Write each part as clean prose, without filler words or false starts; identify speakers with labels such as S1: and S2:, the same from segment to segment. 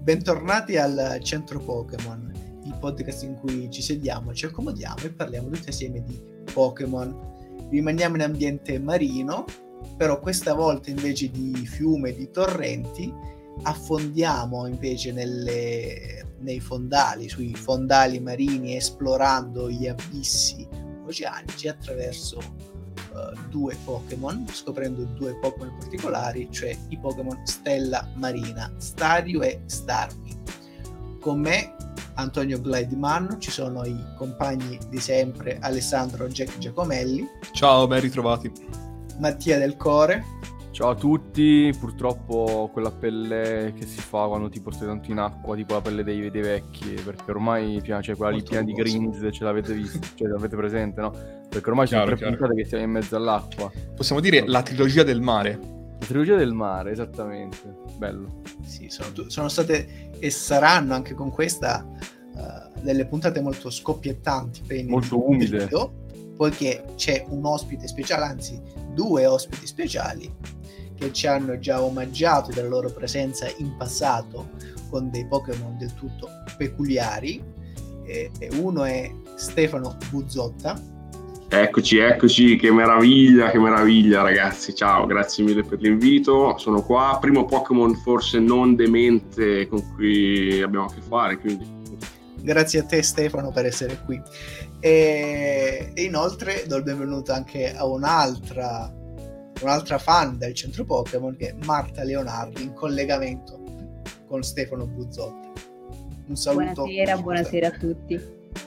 S1: Bentornati al Centro Pokémon, il podcast in cui ci sediamo, ci accomodiamo e parliamo tutti assieme di Pokémon. Rimaniamo in ambiente marino, però questa volta invece di fiume, di torrenti, affondiamo invece nei fondali, sui fondali marini, esplorando gli abissi oceanici attraverso due Pokémon, scoprendo due Pokémon particolari, cioè i Pokémon Stella Marina, Staryu e Starmie. Con me Antonio Glideman, ci sono i compagni di sempre Alessandro Jack Giacomelli.
S2: Ciao, ben ritrovati.
S1: Mattia Del Core.
S3: Ciao a tutti, purtroppo quella pelle che si fa quando tipo stai tanto in acqua, tipo la pelle dei vecchi, perché ormai c'è quella lì piena di greens, ce l'avete vista, cioè l'avete presente, no? Perché ormai sono 3 puntate che siamo in mezzo all'acqua.
S2: Possiamo dire la trilogia del mare.
S3: La trilogia del mare, esattamente, bello.
S1: Sì, sono state e saranno anche con questa delle puntate molto scoppiettanti,
S3: molto umide,
S1: poiché c'è un ospite speciale, anzi 2 ospiti speciali che ci hanno già omaggiato della loro presenza in passato con dei Pokémon del tutto peculiari. Uno è Stefano Buzzotta.
S4: Eccoci, che meraviglia ragazzi, ciao, grazie mille per l'invito, sono qua, primo Pokémon forse non demente con cui abbiamo a che fare, quindi
S1: grazie a te Stefano per essere qui. E inoltre do il benvenuto anche a un'altra fan del Centro Pokémon, che è Marta Leonardi, in collegamento con Stefano Buzzotta. Un saluto.
S5: Buonasera a tutti.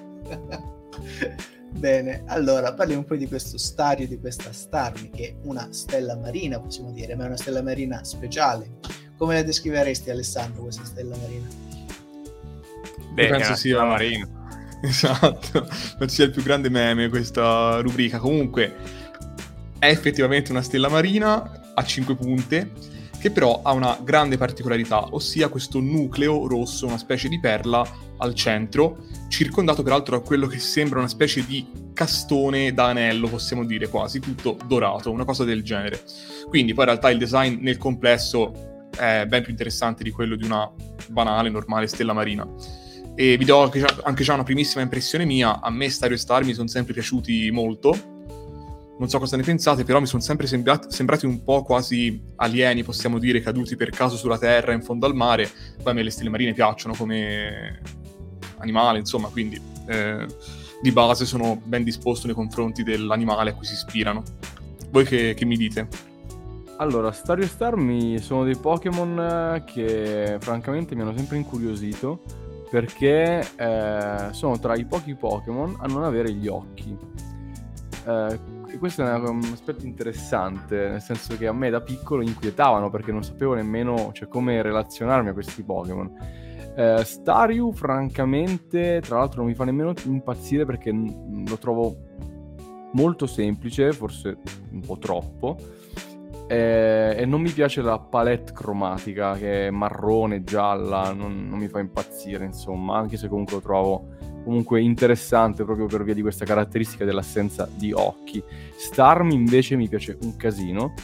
S1: Bene, allora parliamo un po' di questo Staryu, di questa Starmie, che è una stella marina, possiamo dire, ma è una stella marina speciale. Come la descriveresti, Alessandro, questa stella marina?
S2: Beh, penso sia marina. Esatto, penso sia il più grande meme questa rubrica. Comunque è effettivamente una stella marina a 5 punte, che però ha una grande particolarità, ossia questo nucleo rosso, una specie di perla al centro, circondato peraltro da quello che sembra una specie di castone da anello, possiamo dire, quasi tutto dorato, una cosa del genere. Quindi poi in realtà il design nel complesso è ben più interessante di quello di una banale, normale stella marina. E vi do anche già una primissima impressione mia. A me Staryu e Starmie mi sono sempre piaciuti molto. Non so cosa ne pensate, però mi sono sempre sembrati un po' quasi alieni, possiamo dire, caduti per caso sulla terra in fondo al mare. Poi a me le stelle marine piacciono come animale, insomma, quindi di base sono ben disposto nei confronti dell'animale a cui si ispirano. Voi che mi dite?
S3: Allora, Staryu e Starmie sono dei Pokémon che francamente mi hanno sempre incuriosito, perché sono tra i pochi Pokémon a non avere gli occhi. E questo è un aspetto interessante, nel senso che a me da piccolo inquietavano, perché non sapevo nemmeno come relazionarmi a questi Pokémon. Staryu francamente, tra l'altro, non mi fa nemmeno impazzire, perché lo trovo molto semplice, forse un po' troppo, e non mi piace la palette cromatica, che è marrone, gialla, non mi fa impazzire, insomma, anche se comunque lo trovo comunque interessante proprio per via di questa caratteristica dell'assenza di occhi. Starmie invece mi piace un casino,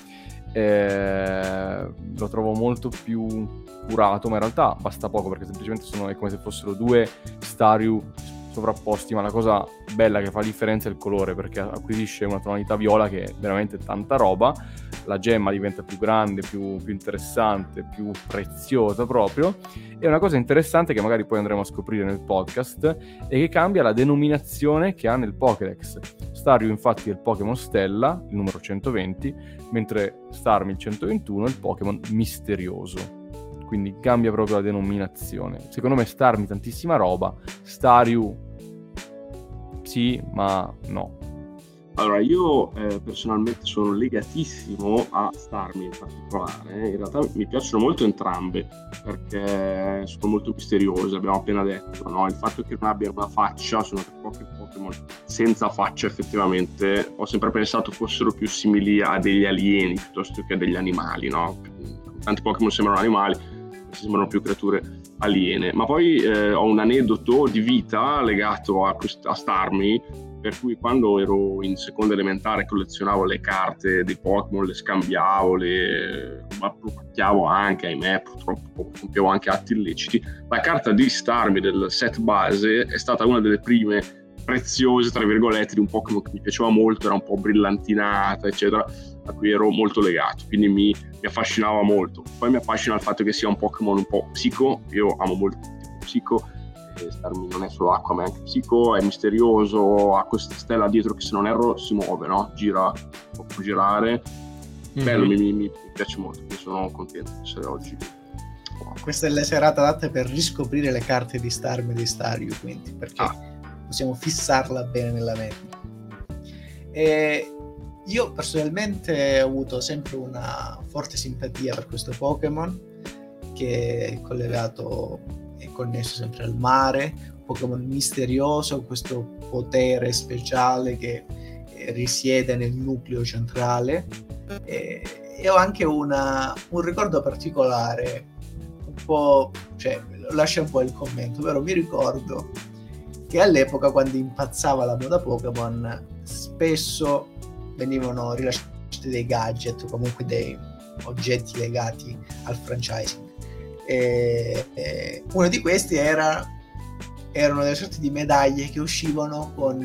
S3: lo trovo molto più curato, ma in realtà basta poco, perché semplicemente è come se fossero 2 Staryu sovrapposti, ma la cosa bella che fa la differenza è il colore, perché acquisisce una tonalità viola che è veramente tanta roba. La gemma diventa più grande, più interessante, più preziosa proprio. E una cosa interessante che magari poi andremo a scoprire nel podcast è che cambia la denominazione che ha nel Pokédex. Staryu infatti è il Pokémon Stella, il numero 120, mentre Starmie il 121 è il Pokémon misterioso. Quindi cambia proprio la denominazione. Secondo me Starmie tantissima roba, Staryu sì, ma no.
S4: Allora, io personalmente sono legatissimo a Starmie in particolare. In realtà mi piacciono molto entrambe, perché sono molto misteriose, abbiamo appena detto, no? Il fatto che non abbiano una faccia, sono tra pochi Pokémon senza faccia effettivamente. Ho sempre pensato fossero più simili a degli alieni piuttosto che a degli animali, no? Tanti Pokémon sembrano animali, sembrano più creature aliene. Ma poi ho un aneddoto di vita legato a Starmie, per cui quando ero in seconda elementare collezionavo le carte dei Pokémon, le scambiavo, le pacchiavo anche, ahimè, purtroppo compiavo anche atti illeciti. La carta di Starmie del set base è stata una delle prime preziose, tra virgolette, di un Pokémon che mi piaceva molto, era un po' brillantinata, eccetera, a cui ero molto legato, quindi mi affascinava molto. Poi mi affascina il fatto che sia un Pokémon un po' psico, io amo molto il tipo psico, Starmie non è solo acqua ma è anche psico, è misterioso, ha questa stella dietro che se non erro si muove, no? Gira, può girare, bello, mi piace molto, quindi sono contento di essere oggi.
S1: Questa è la serata adatta per riscoprire le carte di Starmie e di Staryu, quindi, perché possiamo fissarla bene nella mente. E io personalmente ho avuto sempre una forte simpatia per questo Pokémon, che è collegato e connesso sempre al mare, un Pokémon misterioso, questo potere speciale che risiede nel nucleo centrale, e ho anche un ricordo particolare, un po', cioè, lascia un po' il commento, però mi ricordo che all'epoca, quando impazzava la moda Pokémon, spesso venivano rilasciati dei gadget o comunque dei oggetti legati al franchising. Uno di questi erano delle sorte di medaglie che uscivano con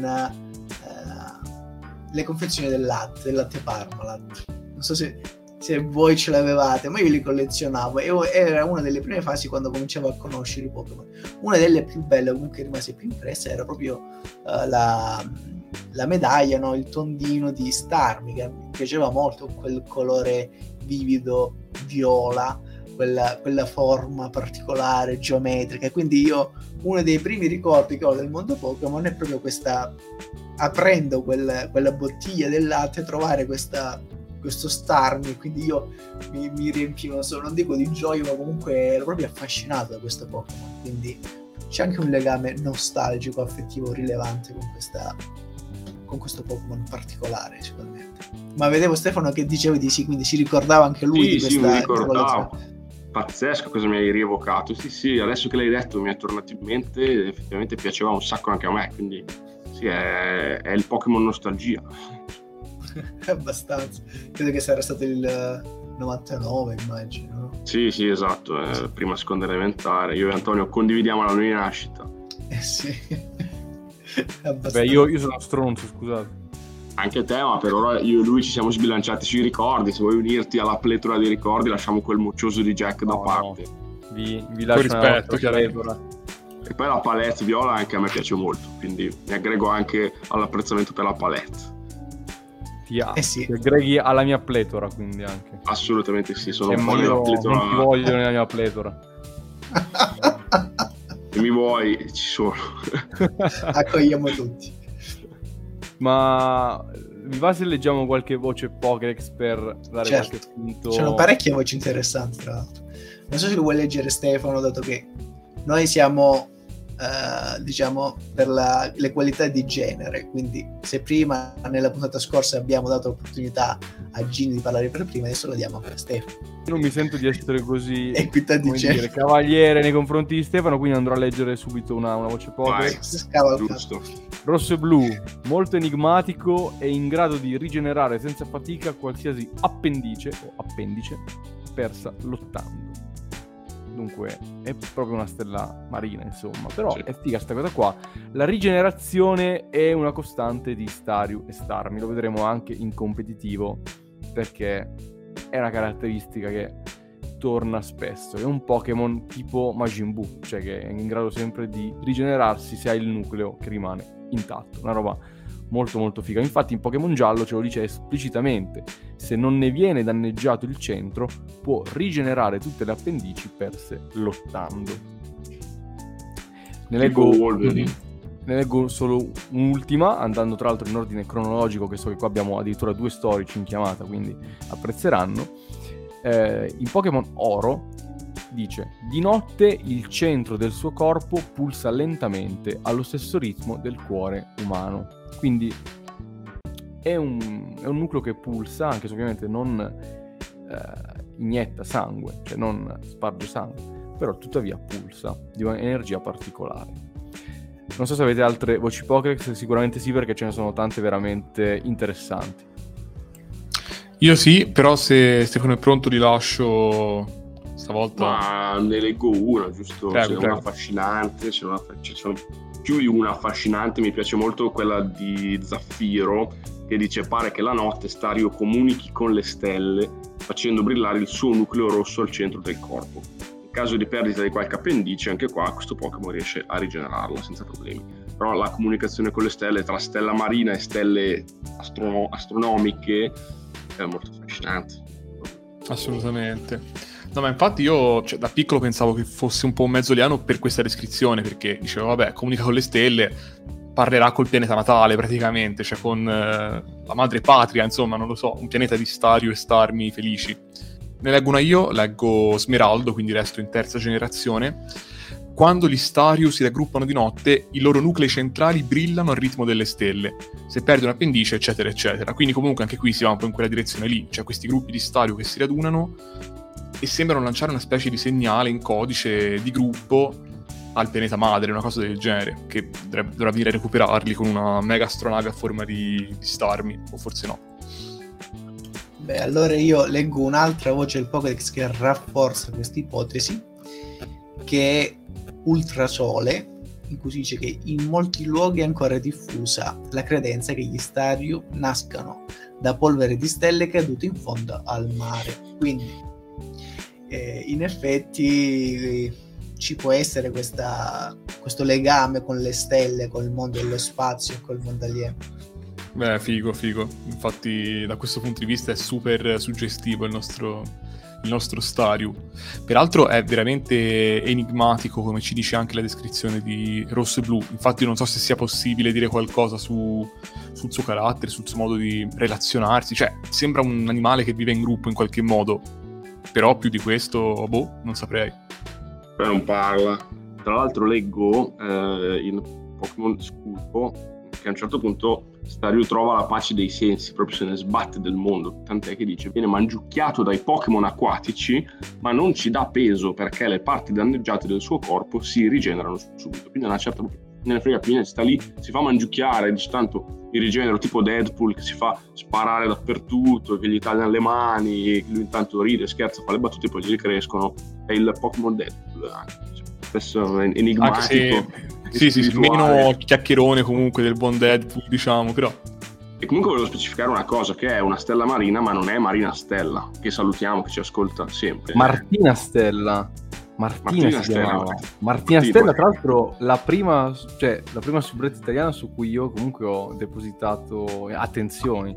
S1: le confezioni del latte Parmalat. Non so se voi ce l'avevate, ma io li collezionavo e era una delle prime fasi quando cominciavo a conoscere i Pokémon. Una delle più belle, comunque rimase più impressa, era proprio la medaglia, no? Il tondino di Starmie, che mi piaceva molto, quel colore vivido viola, quella forma particolare, geometrica. Quindi io, uno dei primi ricordi che ho del mondo Pokémon è proprio questa, aprendo quella bottiglia del latte, trovare questo Starmie. Quindi io mi riempivo, non dico di gioia, ma comunque ero proprio affascinato da questo Pokémon. Quindi c'è anche un legame nostalgico, affettivo rilevante con questo Pokémon particolare, sicuramente. Ma vedevo Stefano che dicevi di sì, quindi si ricordava anche lui di questa.
S4: Sì, mi ricordavo. Pazzesco cosa mi hai rievocato. Sì, adesso che l'hai detto mi è tornato in mente, effettivamente piaceva un sacco anche a me, quindi sì, è il Pokémon nostalgia.
S1: Abbastanza. Credo che sarà stato il 99, immagino.
S4: Sì, esatto, prima seconda elementare. Io e Antonio condividiamo la mia nascita.
S1: Sì.
S3: Beh, io sono stronzo, scusate.
S4: Anche te, ma per ora io e lui ci siamo sbilanciati sui ricordi. Se vuoi unirti alla pletora dei ricordi, lasciamo quel moccioso di Jack da parte.
S3: Vi lascio rispetto,
S4: chiaramente. E poi la palette viola anche a me piace molto, quindi mi aggrego anche all'apprezzamento per la palette.
S3: Ti aggreghi alla mia pletora, quindi anche.
S4: Assolutamente sì, sono un po' nella pletora.
S3: Non ti voglio nella mia pletora.
S4: Se mi vuoi, ci sono.
S1: Accogliamo tutti.
S3: Ma vi va se leggiamo qualche voce Pokédex per dare qualche punto?
S1: Ci sono parecchie voci interessanti, tra l'altro. Non so se lo vuoi leggere Stefano, dato che noi siamo diciamo per le qualità di genere, quindi se prima nella puntata scorsa abbiamo dato l'opportunità a Gini di parlare per prima, adesso lo diamo a Stefano.
S3: Io non mi sento di essere così
S1: equità di genere,
S3: cavaliere nei confronti di Stefano, quindi andrò a leggere subito una voce Pokédex.
S4: Giusto.
S3: Rosso e blu, molto enigmatico e in grado di rigenerare senza fatica qualsiasi appendice o appendice persa lottando. Dunque è proprio una stella marina, insomma. Però è figa sta cosa qua. La rigenerazione è una costante di Staryu e Starmie. Lo vedremo anche in competitivo, perché è una caratteristica che torna spesso. È un Pokémon tipo Majin Buu, cioè che è in grado sempre di rigenerarsi se ha il nucleo che rimane intatto. Una roba molto molto figa. Infatti in Pokémon Giallo ce lo dice esplicitamente: se non ne viene danneggiato il centro, può rigenerare tutte le appendici perse lottando. Ne leggo solo un'ultima, andando tra l'altro in ordine cronologico, che so che qua abbiamo addirittura 2 storici in chiamata, quindi apprezzeranno. In Pokémon Oro dice: di notte il centro del suo corpo pulsa lentamente allo stesso ritmo del cuore umano. Quindi è un nucleo che pulsa, anche se ovviamente non inietta sangue, cioè non sparge sangue, però tuttavia pulsa di un'energia particolare. Non so se avete altre voci Pokédex, sicuramente sì, perché ce ne sono tante veramente interessanti.
S2: Io sì, però se Stefano è pronto li lascio stavolta.
S4: Ma ne leggo una, giusto?
S2: Prego.
S4: Una affascinante, ce ne sono più di una affascinante. Mi piace molto quella di Zaffiro, che dice: pare che la notte Stario comunichi con le stelle facendo brillare il suo nucleo rosso al centro del corpo. In caso di perdita di qualche appendice, anche qua questo Pokémon riesce a rigenerarla senza problemi. Però la comunicazione con le stelle, tra stella marina e stelle astronomiche, è molto affascinante.
S2: Assolutamente. No, ma infatti io da piccolo pensavo che fosse un po' un mezzo liano per questa descrizione, perché dicevo, vabbè, comunica con le stelle, parlerà col pianeta natale praticamente, cioè con la madre patria, insomma, non lo so, un pianeta di Stario e Starmie felici. Ne leggo una io, leggo Smeraldo, quindi resto in terza generazione. Quando gli Stario si raggruppano di notte, i loro nuclei centrali brillano al ritmo delle stelle. Se perdi un appendice, eccetera, eccetera. Quindi comunque anche qui si va un po' in quella direzione lì. Cioè questi gruppi di Stario che si radunano e sembrano lanciare una specie di segnale in codice di gruppo al pianeta madre, una cosa del genere, che dovrà venire a recuperarli con una mega astronave a forma di Starmie, o forse no.
S1: Beh, allora io leggo un'altra voce del Pokédex che rafforza questa ipotesi, che è Ultrasole, in cui si dice che in molti luoghi è ancora diffusa la credenza che gli Stario nascano da polvere di stelle cadute in fondo al mare. Quindi in effetti ci può essere questo legame con le stelle, con il mondo dello spazio e col mondo alieno.
S2: Beh, figo. Infatti da questo punto di vista è super suggestivo il nostro Staryu. Peraltro è veramente enigmatico, come ci dice anche la descrizione di Rosso e Blu. Infatti non so se sia possibile dire qualcosa sul suo carattere, sul suo modo di relazionarsi. Cioè, sembra un animale che vive in gruppo in qualche modo, però più di questo, non saprei.
S4: Poi non parla. Tra l'altro leggo in Pokémon Sculpo che a un certo punto Staryu trova la pace dei sensi, proprio se ne sbatte del mondo, tant'è che dice viene mangiucchiato dai Pokémon acquatici, ma non ci dà peso perché le parti danneggiate del suo corpo si rigenerano subito. Quindi a una certa ne frega più niente, sta lì, si fa mangiucchiare, dice tanto mi rigenero, tipo Deadpool che si fa sparare dappertutto, che gli tagliano le mani, che lui intanto ride, scherza, fa le battute e poi gli crescono. È il Pokémon Deadpool anche, cioè, spesso è enigmatico.
S2: Sì, meno chiacchierone comunque del buon Deadpool, diciamo, però.
S4: E comunque volevo specificare una cosa, che è una stella marina, ma non è Marina Stella, che salutiamo, che ci ascolta sempre.
S3: Martina Stella, tra l'altro la prima soubretta italiana su cui io comunque ho depositato attenzioni.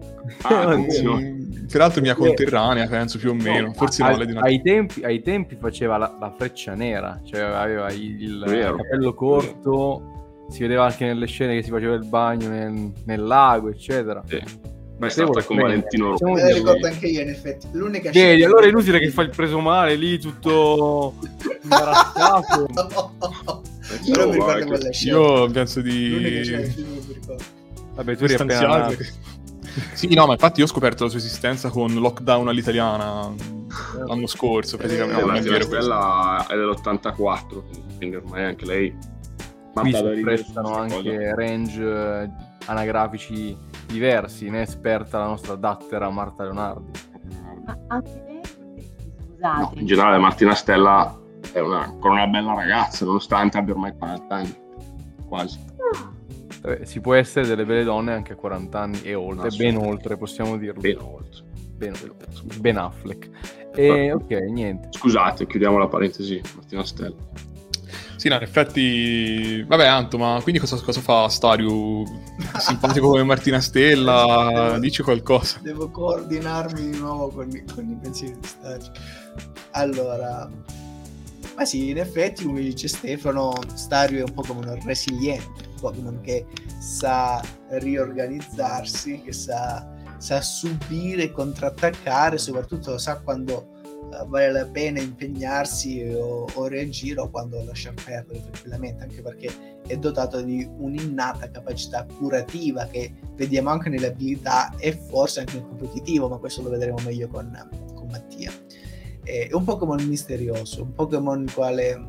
S2: Peraltro mia conterranea, penso più o meno. Forse
S3: ai tempi faceva la freccia nera, cioè aveva il capello corto, si vedeva anche nelle scene che si faceva il bagno nel lago, eccetera.
S4: Sì. Ma è stata con Valentino Rossi.
S1: Me la ricordo anche io, in effetti. L'unica
S3: vedi, allora è inutile che fa il preso male lì, tutto imbarazzato.
S1: Però mi ricordo quella scena.
S2: Io penso di...
S1: L'unica scena del film che mi ricordo.
S3: Vabbè, tu eri appena...
S2: Sì, no, ma infatti io ho scoperto la sua esistenza con Lockdown all'italiana l'anno scorso, praticamente.
S4: No, non è vero, quella è dell'84, quindi ormai anche lei...
S3: Qui si prestano anche range anagrafici diversi, ne è esperta la nostra dattera Marta Leonardi.
S5: Ma anche lei, scusate.
S4: No, in generale Martina Stella è ancora una bella ragazza, nonostante abbia ormai 40 anni, quasi.
S3: Si può essere delle belle donne anche a 40 anni e oltre, ben oltre, possiamo dirlo.
S4: Ben oltre.
S3: Ben Affleck. E ok, niente.
S4: Scusate, chiudiamo la parentesi, Martina Stella.
S2: Sì, no, in effetti... Vabbè, Anto, ma quindi cosa fa Staryu? Simpatico come Martina Stella? Dici qualcosa.
S1: Devo coordinarmi di nuovo con i pensieri di Staryu. Allora... Ma sì, in effetti, come dice Stefano, Staryu è un Pokémon resiliente, un Pokémon che sa riorganizzarsi, che sa subire e contrattaccare, soprattutto sa quando vale la pena impegnarsi o reagire o quando lasciar perdere tranquillamente, anche perché è dotato di un'innata capacità curativa che vediamo anche nelle abilità e forse anche nel competitivo, ma questo lo vedremo meglio con Mattia. È un Pokémon misterioso, un Pokémon il quale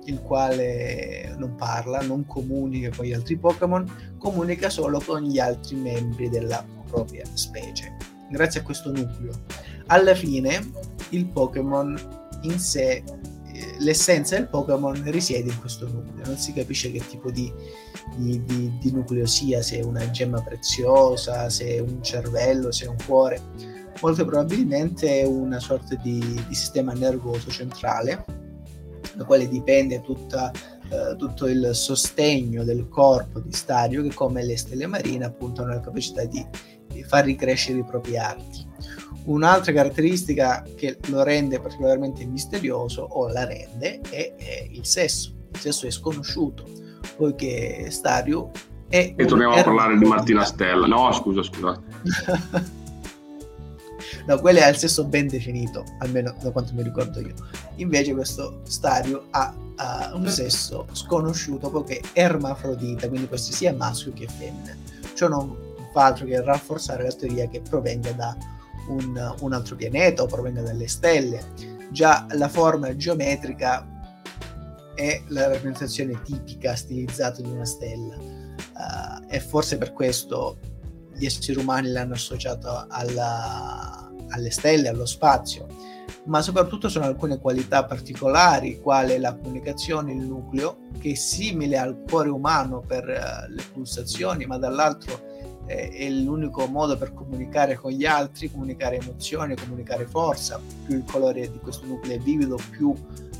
S1: il quale non parla, non comunica con gli altri Pokémon, comunica solo con gli altri membri della propria specie, grazie a questo nucleo. Alla fine il Pokémon in sé, l'essenza del Pokémon risiede in questo nucleo, non si capisce che tipo di nucleo sia, se è una gemma preziosa, se è un cervello, se è un cuore. Molto probabilmente è una sorta di sistema nervoso centrale, da quale dipende tutto il sostegno del corpo di Stario, che come le stelle marine appunto hanno la capacità di far ricrescere i propri arti. Un'altra caratteristica che lo rende particolarmente misterioso, o la rende, è il sesso. Il sesso è sconosciuto, poiché Stario è...
S4: E torniamo a parlare di Martina Stella. No, scusa.
S1: No, quello è il sesso ben definito, almeno da quanto mi ricordo io. Invece questo Stario ha un sesso sconosciuto, poiché è ermafrodita, quindi questo sia maschio che femmina. Ciò non fa altro che rafforzare la teoria che provenga da un altro pianeta o provenga dalle stelle. Già la forma geometrica è la rappresentazione tipica stilizzata di una stella, e forse per questo gli esseri umani l'hanno associato alle stelle, allo spazio, ma soprattutto sono alcune qualità particolari, quale la comunicazione, il nucleo, che è simile al cuore umano per le pulsazioni, ma dall'altro è l'unico modo per comunicare con gli altri, comunicare emozioni, comunicare forza. Più il colore di questo nucleo è vivido, più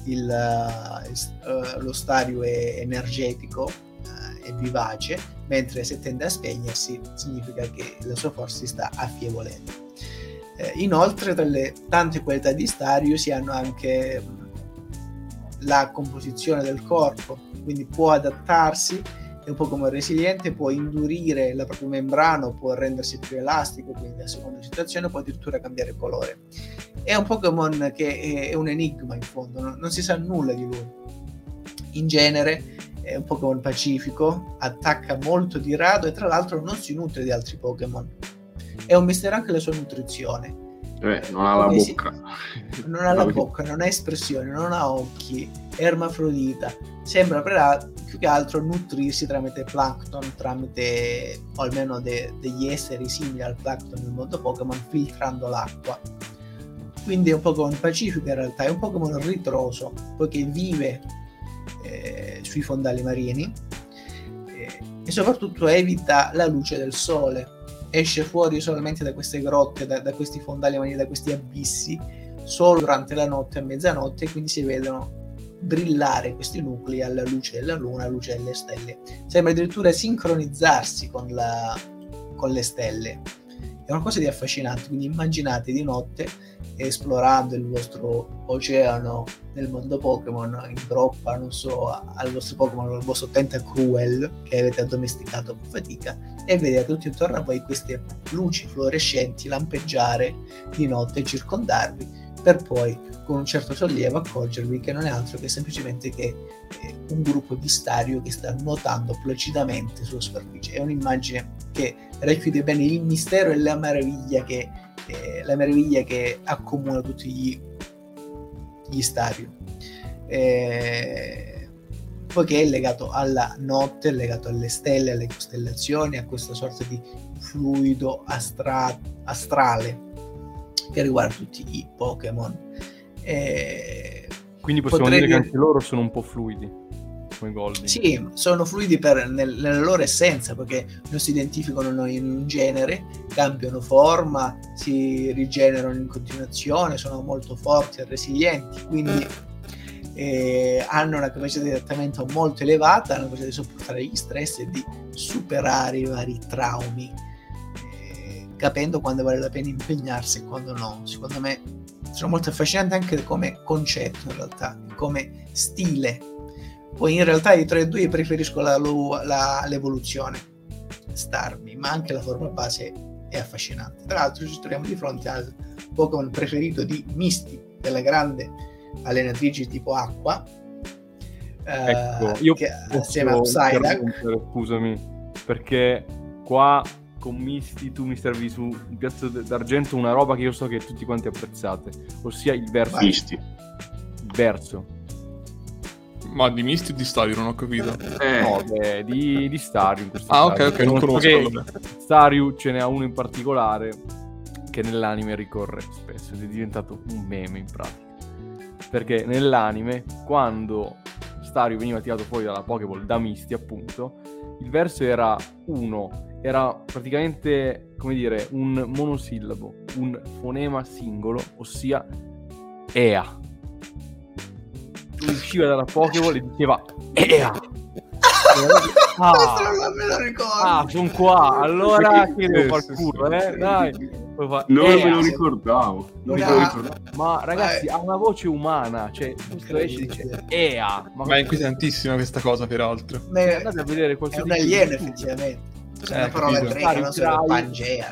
S1: lo Stario è energetico, è vivace, mentre se tende a spegnersi significa che la sua forza si sta affievolendo. Inoltre, tra le tante qualità di Stario si hanno anche la composizione del corpo, quindi può adattarsi, è un po' come resiliente, può indurire la propria membrana, può rendersi più elastico, quindi a seconda situazione può addirittura cambiare colore. È un Pokémon che è un enigma in fondo, non si sa nulla di lui. In genere è un Pokémon pacifico, attacca molto di rado e tra l'altro non si nutre di altri Pokémon. È un mistero anche la sua nutrizione.
S4: Non ha la bocca.
S1: Non ha la bocca, non ha espressione, non ha occhi, è ermafrodita. Sembra più che altro nutrirsi tramite plankton, o almeno degli esseri simili al plankton nel mondo Pokémon, filtrando l'acqua. Quindi è un Pokémon pacifico in realtà, è un Pokémon ritroso, poiché vive sui fondali marini e soprattutto evita la luce del sole. Esce fuori solamente da queste grotte, da questi fondali marini, da questi abissi, solo durante la notte, a mezzanotte, e quindi si vedono brillare questi nuclei alla luce della luna, alla luce delle stelle. Sembra addirittura sincronizzarsi con le stelle. È una cosa di affascinante, quindi immaginate di notte, esplorando il vostro oceano nel mondo Pokémon, in groppa, non so, al vostro Pokémon, al vostro Tentacruel che avete addomesticato con fatica, e vedete tutti intorno a voi queste luci fluorescenti lampeggiare di notte e circondarvi, per poi con un certo sollievo accorgervi che non è altro che semplicemente che un gruppo di Stario che sta nuotando placidamente sulla superficie. È un'immagine che racchiude bene il mistero e la meraviglia che accomuna tutti gli Stario, poiché è legato alla notte, è legato alle stelle, alle costellazioni, a questa sorta di fluido astrale che riguarda tutti i Pokémon.
S3: Quindi possiamo dire che anche loro sono un po' fluidi, come Golding.
S1: Sì, sono fluidi nella loro essenza, perché non si identificano in un genere, cambiano forma, si rigenerano in continuazione, sono molto forti e resilienti, quindi hanno una capacità di adattamento molto elevata, hanno la capacità di sopportare gli stress e di superare i vari traumi, capendo quando vale la pena impegnarsi e quando no. Secondo me sono molto affascinanti anche come concetto, in realtà, come stile. Poi in realtà di tra i due preferisco l'evoluzione Starmie, ma anche la forma base è affascinante. Tra l'altro ci troviamo di fronte al Pokémon preferito di Misty, della grande allenatrice tipo acqua,
S3: ecco, io
S1: assieme a Psyduck.
S3: Scusami, perché qua con Misty tu mi servi su un piatto d'argento una roba che io so che tutti quanti apprezzate, ossia il verso.
S4: Misty.
S3: Il verso.
S2: Ma di Misty o di Staryu? Non ho capito.
S3: No, di Staryu in questo
S2: caso.
S3: Ok,
S2: non conosco.
S3: Staryu ce n'è uno in particolare che nell'anime ricorre spesso ed è diventato un meme in pratica. Perché nell'anime, quando Staryu veniva tirato fuori dalla Pokéball da Misty, appunto, il verso era praticamente, come dire, un monosillabo, un fonema singolo, ossia Ea. Lui usciva dalla Pokéball e diceva Ea.
S1: Non me lo ricordo.
S3: Sono qua. Allora che devo far culo, dai.
S4: Non me lo ricordavo.
S3: Ma ragazzi, ha una voce umana, cioè questo esce e dice Ea.
S2: Ma è inquietantissima questa cosa, peraltro.
S3: Andate a vedere
S1: è un alieno, effettivamente. È una parola greca, non so, Pangea.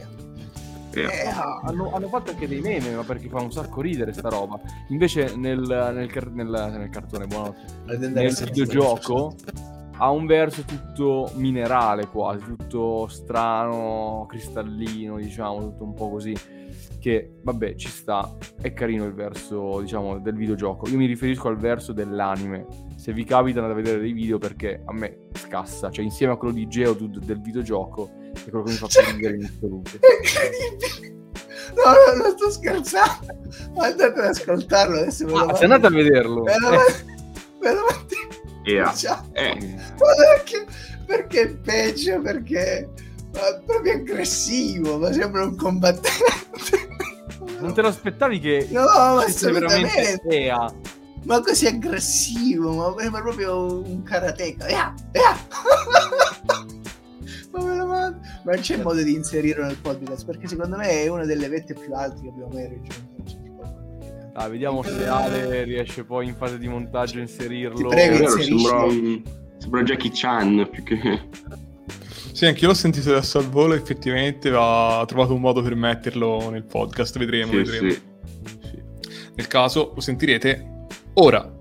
S3: Hanno fatto anche dei meme, ma perché fa un sacco ridere sta roba. Invece nel cartone, buonanotte, nel videogioco ha un verso tutto minerale quasi, tutto strano, cristallino, diciamo, tutto un po' così, che vabbè ci sta, è carino il verso, diciamo, del videogioco. Io mi riferisco al verso dell'anime, se vi capita andate a vedere dei video perché a me scassa, cioè insieme a quello di Geodude del videogioco è quello che mi fa più ridere in assoluto.
S1: No, non sto scherzando, andate ad ascoltarlo adesso.
S3: Se andate a vederlo
S1: perché è peggio, perché è proprio aggressivo, ma sembra un combattente.
S3: Non te lo aspettavi che
S1: ma
S3: veramente Ea?
S1: Ma così aggressivo, ma sembra proprio un karateka. Ma c'è modo di inserirlo nel podcast, perché secondo me è una delle vette più alte che abbiamo mai raggiunto.
S3: Vediamo se Ale riesce poi in fase di montaggio a inserirlo.
S1: Ti prego,
S4: sembra Jackie Chan più che...
S2: Sì, anche io l'ho sentito adesso al volo, effettivamente ha trovato un modo per metterlo nel podcast, vedremo.
S4: Sì.
S2: Nel caso lo sentirete ora.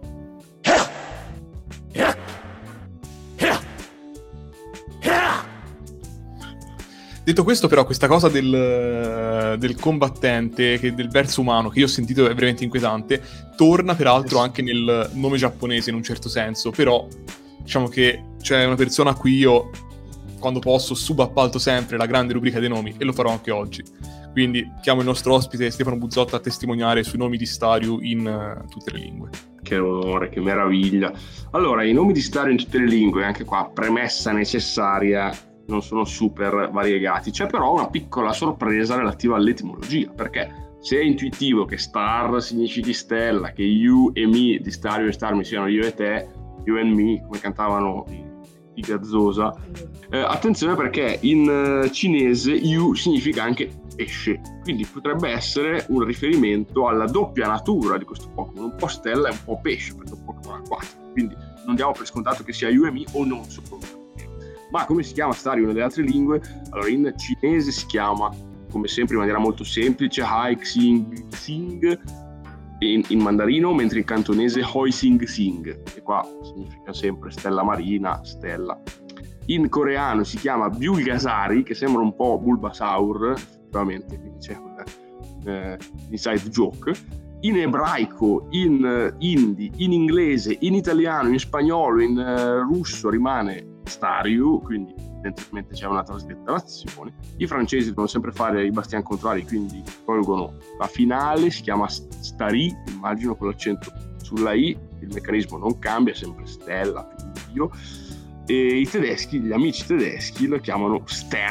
S2: Detto questo, però, questa cosa del combattente, del verso umano, che io ho sentito è veramente inquietante, torna peraltro anche nel nome giapponese in un certo senso, però diciamo che c'è una persona a cui io, quando posso, subappalto sempre la grande rubrica dei nomi, e lo farò anche oggi. Quindi chiamo il nostro ospite Stefano Buzzotto a testimoniare sui nomi di Staryu in tutte le lingue.
S4: Che onore, che meraviglia. Allora, i nomi di Staryu in tutte le lingue, anche qua, premessa necessaria, non sono super variegati. C'è però una piccola sorpresa relativa all'etimologia, perché se è intuitivo che star significhi stella, che you e me di Staryu e Starmi siano io e te, you and me, come cantavano i Gazzosa, attenzione perché in cinese you significa anche pesce, quindi potrebbe essere un riferimento alla doppia natura di questo Pokémon, un po' stella e un po' pesce, perché è un Pokémon acquatico, quindi non diamo per scontato che sia you e me o non solo. Ma come si chiama Staryu in una delle altre lingue? Allora, in cinese si chiama, come sempre in maniera molto semplice, Hai Xing Xing in mandarino, mentre in cantonese Hoi Sing Sing, e qua significa sempre stella marina, stella. In coreano si chiama Bulgasari, che sembra un po' Bulbasaur, effettivamente, quindi c'è un inside joke. In ebraico, in hindi, in inglese, in italiano, in spagnolo, in russo rimane Staryu, quindi evidentemente c'è una traslitterazione. I francesi devono sempre fare i bastian contrari, quindi tolgono la finale, si chiama Stari, immagino con l'accento sulla I, il meccanismo non cambia, è sempre stella, figlio. E i tedeschi, gli amici tedeschi lo chiamano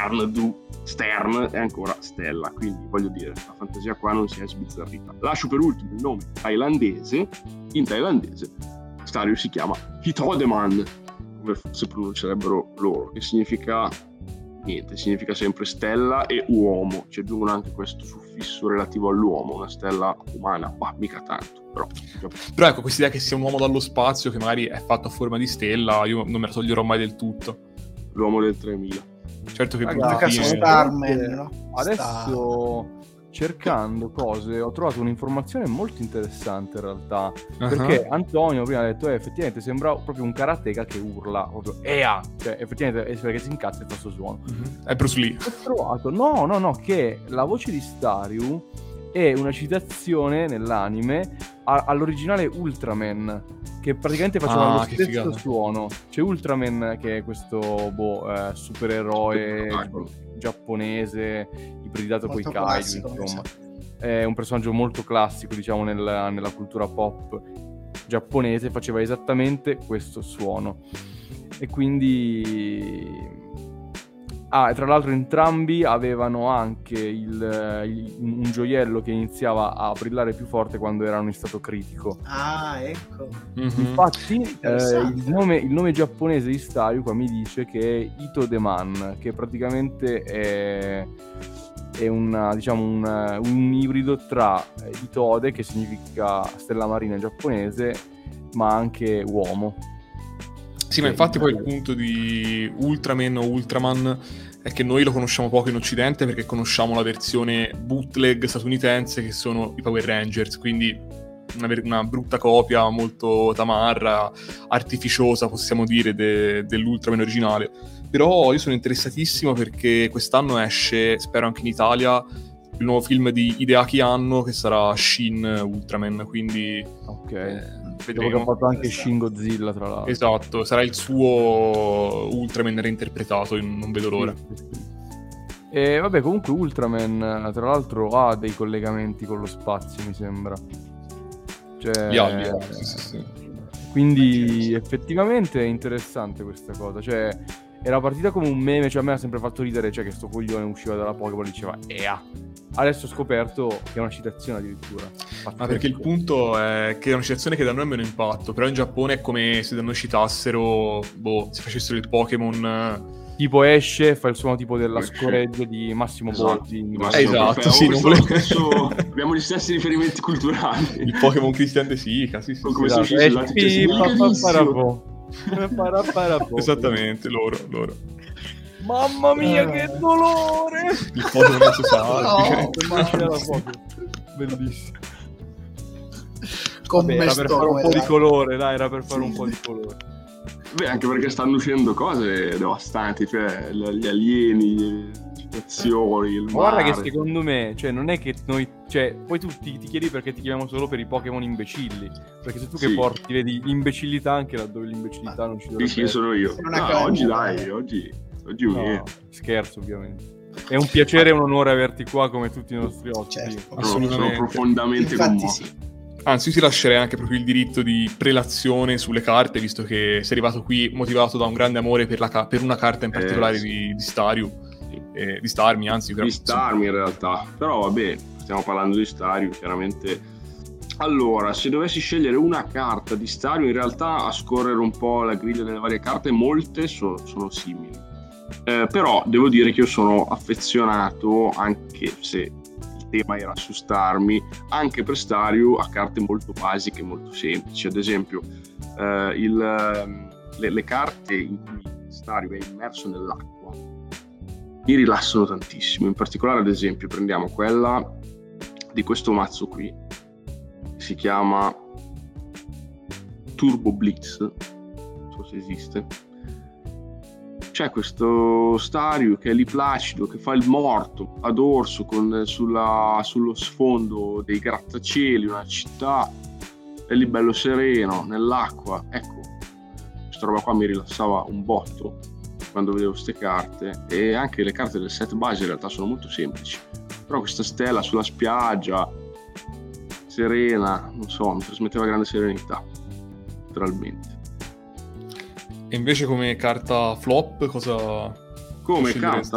S4: Stern è ancora stella, quindi voglio dire, la fantasia qua non si è sbizzarrita. Lascio per ultimo il nome thailandese. In thailandese Staryu si chiama Hitodeman, come forse pronuncerebbero loro, che significa niente, significa sempre stella e uomo. Ci aggiungono anche questo suffisso relativo all'uomo, una stella umana, ma mica tanto, però
S2: ecco, questa idea che sia un uomo dallo spazio che magari è fatto a forma di stella, io non me la toglierò mai del tutto.
S4: L'uomo del 3000.
S2: Certo che
S3: adesso cercando cose ho trovato un'informazione molto interessante in realtà, perché Antonio prima ha detto effettivamente sembra proprio un karateka che urla proprio Ea, cioè effettivamente è perché si incazza e fa sto suono.
S2: È Bruce Lee.
S3: Ho trovato no che la voce di Staryu è una citazione nell'anime all'originale Ultraman, che praticamente faceva lo stesso
S2: figata.
S3: suono. C'è Ultraman, che è questo supereroe giapponese ibridato con i
S1: Molto
S3: kaiju,
S1: classico,
S3: insomma.
S1: esatto.
S3: È un personaggio molto classico, diciamo, nella cultura pop giapponese, faceva esattamente questo suono. E quindi tra l'altro entrambi avevano anche un gioiello che iniziava a brillare più forte quando erano in stato critico.
S1: Ah, ecco.
S3: Infatti
S1: Interessante.
S3: il nome giapponese di Staryu qua mi dice che è Itodeman, che praticamente è un ibrido tra Itode, che significa stella marina in giapponese, ma anche uomo.
S2: Sì, ma infatti poi il punto di Ultraman o Ultraman è che noi lo conosciamo poco in Occidente perché conosciamo la versione bootleg statunitense, che sono i Power Rangers, quindi una brutta copia molto tamarra, artificiosa, possiamo dire, dell'Ultraman originale. Però io sono interessatissimo perché quest'anno esce, spero anche in Italia, il nuovo film di Hideaki Anno, che sarà Shin Ultraman, quindi
S3: vedremo. Ha fatto anche Shin Godzilla, tra l'altro.
S2: Esatto, sarà il suo Ultraman reinterpretato, io non vedo l'ora.
S3: E vabbè, comunque Ultraman, tra l'altro, ha dei collegamenti con lo spazio, mi sembra. Cioè,
S2: sì.
S3: Quindi effettivamente è interessante questa cosa. Cioè, era partita come un meme, cioè a me ha sempre fatto ridere, cioè che sto coglione usciva dalla Pokéball e diceva EA. Adesso ho scoperto che è una citazione addirittura.
S2: Ma perché il punto è che è una citazione che da noi ha meno impatto, però in Giappone è come se da noi citassero, se facessero il Pokémon...
S3: Tipo esce, fa il suono tipo della scoreggia di Massimo Boldi.
S2: Esatto, sì, non volevo...
S4: abbiamo gli stessi riferimenti culturali.
S2: Il Pokémon Christian De Sica, sì.
S4: Come
S2: Esattamente, loro.
S3: Mamma mia, che dolore!
S2: Il Pokémon sociale.
S3: Bellissimo.
S1: Era
S3: per fare un po' di colore, dai, era per fare un po' di colore.
S4: Beh, anche perché stanno uscendo cose devastanti, cioè gli alieni, le situazioni, il mare.
S3: Guarda che secondo me, cioè non è che noi, cioè poi tu ti chiedi perché ti chiamiamo solo per i Pokémon imbecilli, perché se tu che porti, vedi imbecillità anche laddove l'imbecillità non ci dovrebbe essere.
S4: Sì, sono io. Oggi
S3: no, scherzo ovviamente. È un piacere e un onore averti qua come tutti i nostri ospiti.
S1: Certo.
S2: Assolutamente.
S4: Sono profondamente commosso.
S1: Sì.
S2: Anzi, io ti lascerei anche proprio il diritto di prelazione sulle carte, visto che sei arrivato qui motivato da un grande amore per una carta in particolare di Staryu, di Starmie, anzi.
S4: Di Starmie in realtà, però vabbè, stiamo parlando di Staryu, chiaramente. Allora, se dovessi scegliere una carta di Staryu, in realtà a scorrere un po' la griglia delle varie carte, molte sono simili. Però devo dire che io sono affezionato, anche se il tema era su Starmie, anche per Staryu, a carte molto basiche, molto semplici. Ad esempio, le carte in cui Staryu è immerso nell'acqua mi rilassano tantissimo. In particolare, ad esempio, prendiamo quella di questo mazzo qui, che si chiama Turbo Blitz, non so se esiste. C'è questo Staryu che è lì placido, che fa il morto ad orso sullo sfondo dei grattacieli, una città, è lì bello sereno nell'acqua. Ecco, questa roba qua mi rilassava un botto quando vedevo queste carte, e anche le carte del set base in realtà sono molto semplici, però questa stella sulla spiaggia serena, non so, mi trasmetteva grande serenità, naturalmente.
S2: E invece come carta flop cosa...
S4: Come carta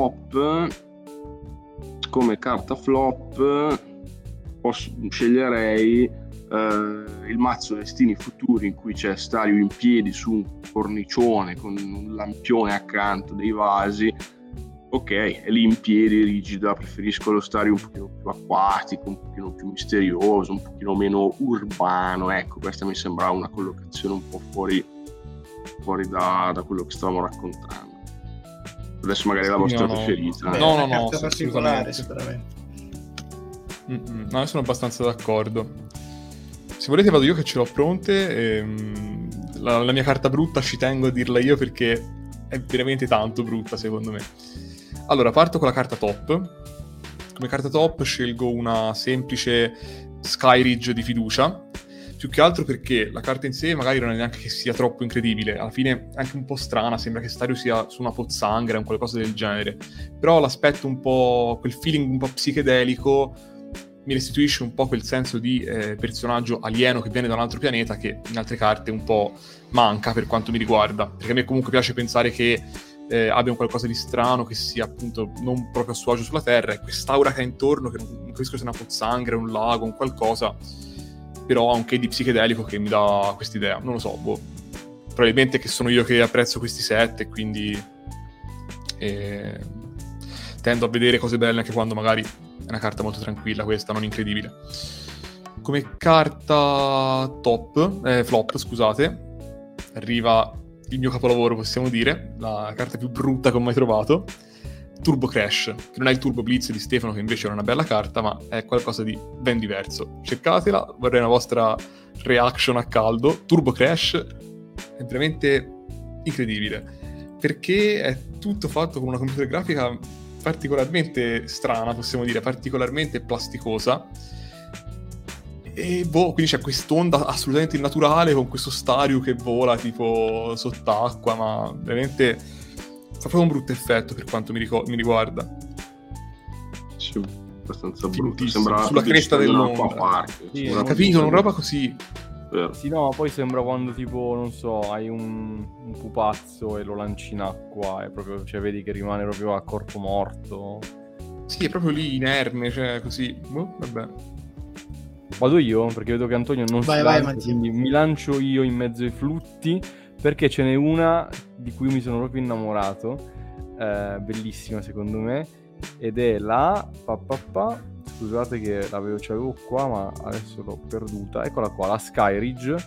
S4: flop sceglierei il mazzo Destini Futuri, in cui c'è Staryu in piedi su un cornicione con un lampione accanto, dei vasi. Ok, è lì in piedi, rigida. Preferisco lo Staryu un pochino più acquatico, un pochino più misterioso, un pochino meno urbano. Ecco, questa mi sembrava una collocazione un po' fuori da quello che stavamo raccontando. Adesso magari la vostra preferita.
S1: Beh,
S2: no,
S1: carta particolare sicuramente.
S2: No, io sono abbastanza d'accordo. Se volete vado io che ce l'ho pronte. La mia carta brutta ci tengo a dirla io perché è veramente tanto brutta secondo me. Allora, parto con la carta top. Come carta top scelgo una semplice Skyridge di fiducia, più che altro perché la carta in sé magari non è neanche che sia troppo incredibile, alla fine è anche un po' strana, sembra che Stario sia su una pozzanghera, un qualcosa del genere, però l'aspetto un po', quel feeling un po' psichedelico mi restituisce un po' quel senso di personaggio alieno che viene da un altro pianeta che in altre carte un po' manca per quanto mi riguarda, perché a me comunque piace pensare che abbia un qualcosa di strano, che sia appunto non proprio a suo agio sulla Terra, e quest'aura che ha intorno, che non capisco se è una pozzanghera, un lago, un qualcosa, però ha un che di psichedelico che mi dà quest'idea, non lo so, probabilmente che sono io che apprezzo questi set e quindi tendo a vedere cose belle anche quando magari è una carta molto tranquilla questa, non incredibile. Come carta flop, scusate, arriva il mio capolavoro, possiamo dire, la carta più brutta che ho mai trovato, Turbo Crash, che non è il Turbo Blitz di Stefano, che invece è una bella carta, ma è qualcosa di ben diverso. Cercatela, vorrei una vostra reaction a caldo. Turbo Crash è veramente incredibile, perché è tutto fatto con una computer grafica particolarmente strana, possiamo dire, particolarmente plasticosa, e quindi c'è quest'onda assolutamente innaturale con questo Stario che vola tipo sott'acqua, ma veramente fa proprio un brutto effetto per quanto mi riguarda.
S4: Sì, abbastanza brutto,
S2: sembra sulla cresta dell'onda.
S3: Sì,
S2: ho capito, una roba così.
S3: Sì, no, poi sembra quando tipo, non so, hai un pupazzo e lo lanci in acqua e proprio, cioè, vedi che rimane proprio a corpo morto.
S2: Sì, è proprio lì inerme, cioè così. Vabbè.
S3: Vado io, perché vedo che Antonio non si lancia, quindi mi lancio io in mezzo ai flutti, perché ce n'è una di cui mi sono proprio innamorato, bellissima secondo me, ed è la scusate che c'avevo qua ma adesso l'ho perduta, eccola qua, la Skyridge,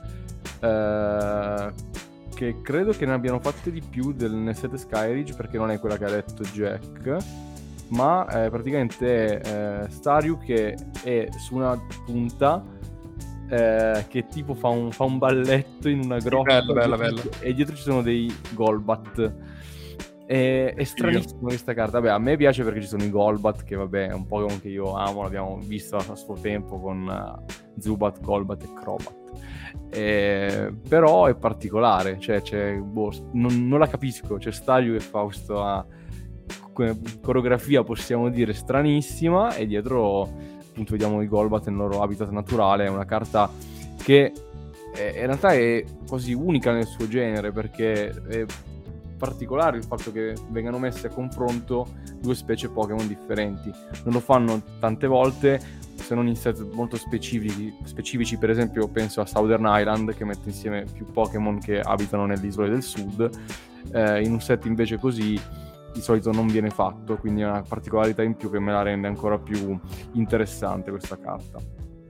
S3: che credo che ne abbiano fatte di più nel set Skyridge, perché non è quella che ha detto Jack, ma praticamente è Staryu che è su una punta che tipo fa un balletto in una grotta,
S2: bella.
S3: E dietro ci sono dei Golbat. È stranissima questa carta. Vabbè, a me piace perché ci sono i Golbat, che vabbè è un Pokémon che io amo, l'abbiamo visto a suo tempo con Zubat, Golbat e Crobat. Però è particolare, cioè non la capisco. C'è Staryu che fa questa coreografia, possiamo dire, stranissima, e dietro appunto vediamo i Golbat nel loro habitat naturale. È una carta che in realtà è quasi unica nel suo genere, perché è particolare il fatto che vengano messe a confronto due specie Pokémon differenti. Non lo fanno tante volte, se non in set molto specifici. Per esempio penso a Southern Island, che mette insieme più Pokémon che abitano nelle isole del sud. In un set invece così di solito non viene fatto, quindi è una particolarità in più che me la rende ancora più interessante questa carta.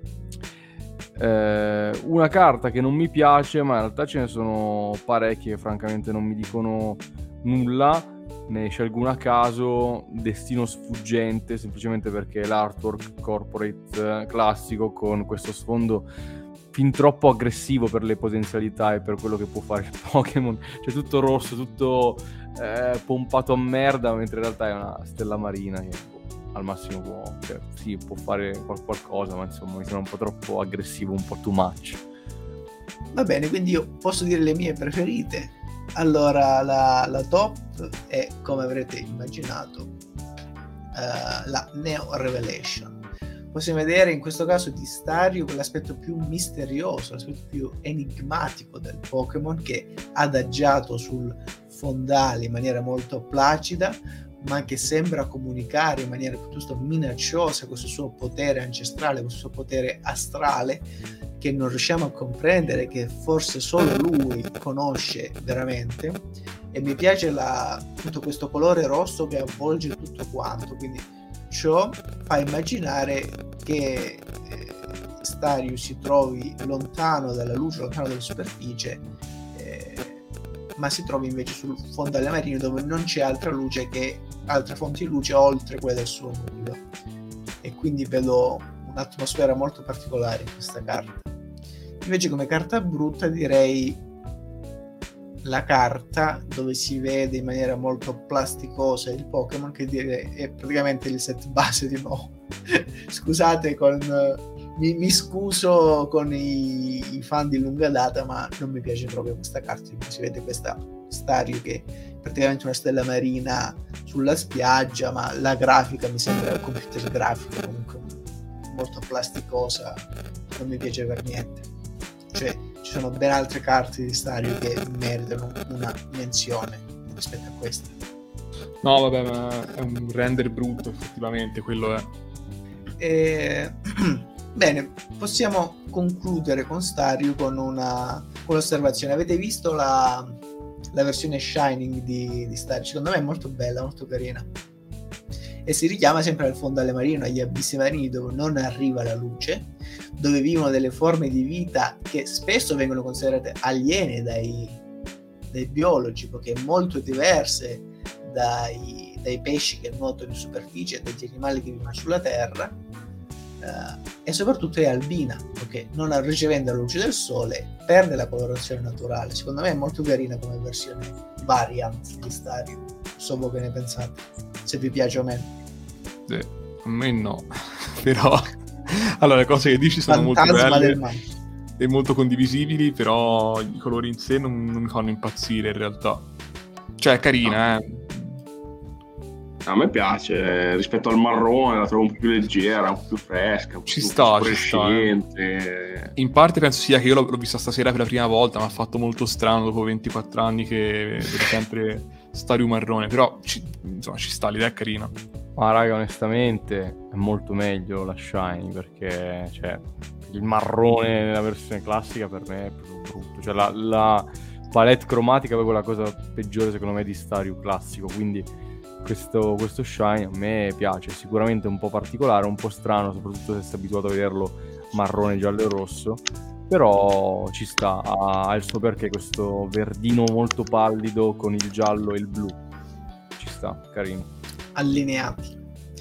S3: Una carta che non mi piace, ma in realtà ce ne sono parecchie che francamente non mi dicono nulla, ne scelgo una a caso, Destino Sfuggente, semplicemente perché l'artwork corporate classico con questo sfondo fin troppo aggressivo per le potenzialità e per quello che può fare il Pokémon, cioè tutto rosso, tutto pompato a merda, mentre in realtà è una stella marina che al massimo può fare qualcosa, ma insomma mi sembra un po' troppo aggressivo, un po' too much.
S1: Va bene, quindi io posso dire le mie preferite. Allora la top è, come avrete immaginato, la Neo Revelation. Possiamo vedere in questo caso di Staryu quell'aspetto più misterioso, l'aspetto più enigmatico del Pokémon, che è adagiato sul fondale in maniera molto placida, ma che sembra comunicare in maniera piuttosto minacciosa questo suo potere ancestrale, questo suo potere astrale, che non riusciamo a comprendere, che forse solo lui conosce veramente. E mi piace tutto questo colore rosso che avvolge tutto quanto, quindi ciò fa immaginare che Staryu si trovi lontano dalla luce, lontano dalla superficie, ma si trovi invece sul fondale marino, dove non c'è altra luce che altre fonti di luce oltre quella del suo nulla, e quindi vedo un'atmosfera molto particolare in questa carta. Invece come carta brutta direi la carta dove si vede in maniera molto plasticosa il Pokémon, che direi è praticamente il set base di nuovo. Scusate con mi scuso con i fan di lunga data, ma non mi piace proprio questa carta in cui si vede questa Staryu che è praticamente una stella marina sulla spiaggia, ma la grafica mi sembra computer grafica, comunque molto plasticosa, non mi piace per niente. Cioè ci sono ben altre carte di Staryu che meritano una menzione rispetto a questa.
S2: No vabbè, ma è un render brutto effettivamente, quello è.
S1: Bene, possiamo concludere con Staryu con un'osservazione. Avete visto la versione Shining di Staryu? Secondo me è molto bella, molto carina, e si richiama sempre al fondale marino, agli abissi marini dove non arriva la luce, dove vivono delle forme di vita che spesso vengono considerate aliene dai biologi, perché molto diverse dai pesci che nuotano in superficie e dagli animali che vivono sulla terra, e soprattutto è albina, perché non ricevendo la luce del sole perde la colorazione naturale. Secondo me è molto carina come versione variant di Staryu. Non so voi che ne pensate, se vi piace o meno.
S2: A me no, però allora le cose che dici sono
S1: Fantasma
S2: molto
S1: del
S2: belle e molto condivisibili, però i colori in sé non mi fanno impazzire in realtà. Cioè è carina,
S4: A me piace, rispetto al marrone la trovo un po' più leggera, un po' più fresca, un po'
S2: ci
S4: più
S2: sta.
S4: fluorescente.
S2: In parte penso sia che io l'ho vista stasera per la prima volta, mi ha fatto molto strano dopo 24 anni che vedo sempre Staryu marrone, però insomma ci sta, l'idea è carina.
S3: Ma raga, onestamente è molto meglio la Shiny, perché cioè, il marrone nella versione classica per me è proprio brutto. Cioè la palette cromatica è proprio la cosa peggiore secondo me di Staryu classico, quindi questo Shiny a me piace. Sicuramente un po' particolare, un po' strano, soprattutto se sei abituato a vederlo marrone, giallo e rosso, però ci sta, ha il suo perché questo verdino molto pallido con il giallo e il blu, ci sta, carino.
S1: Allineati.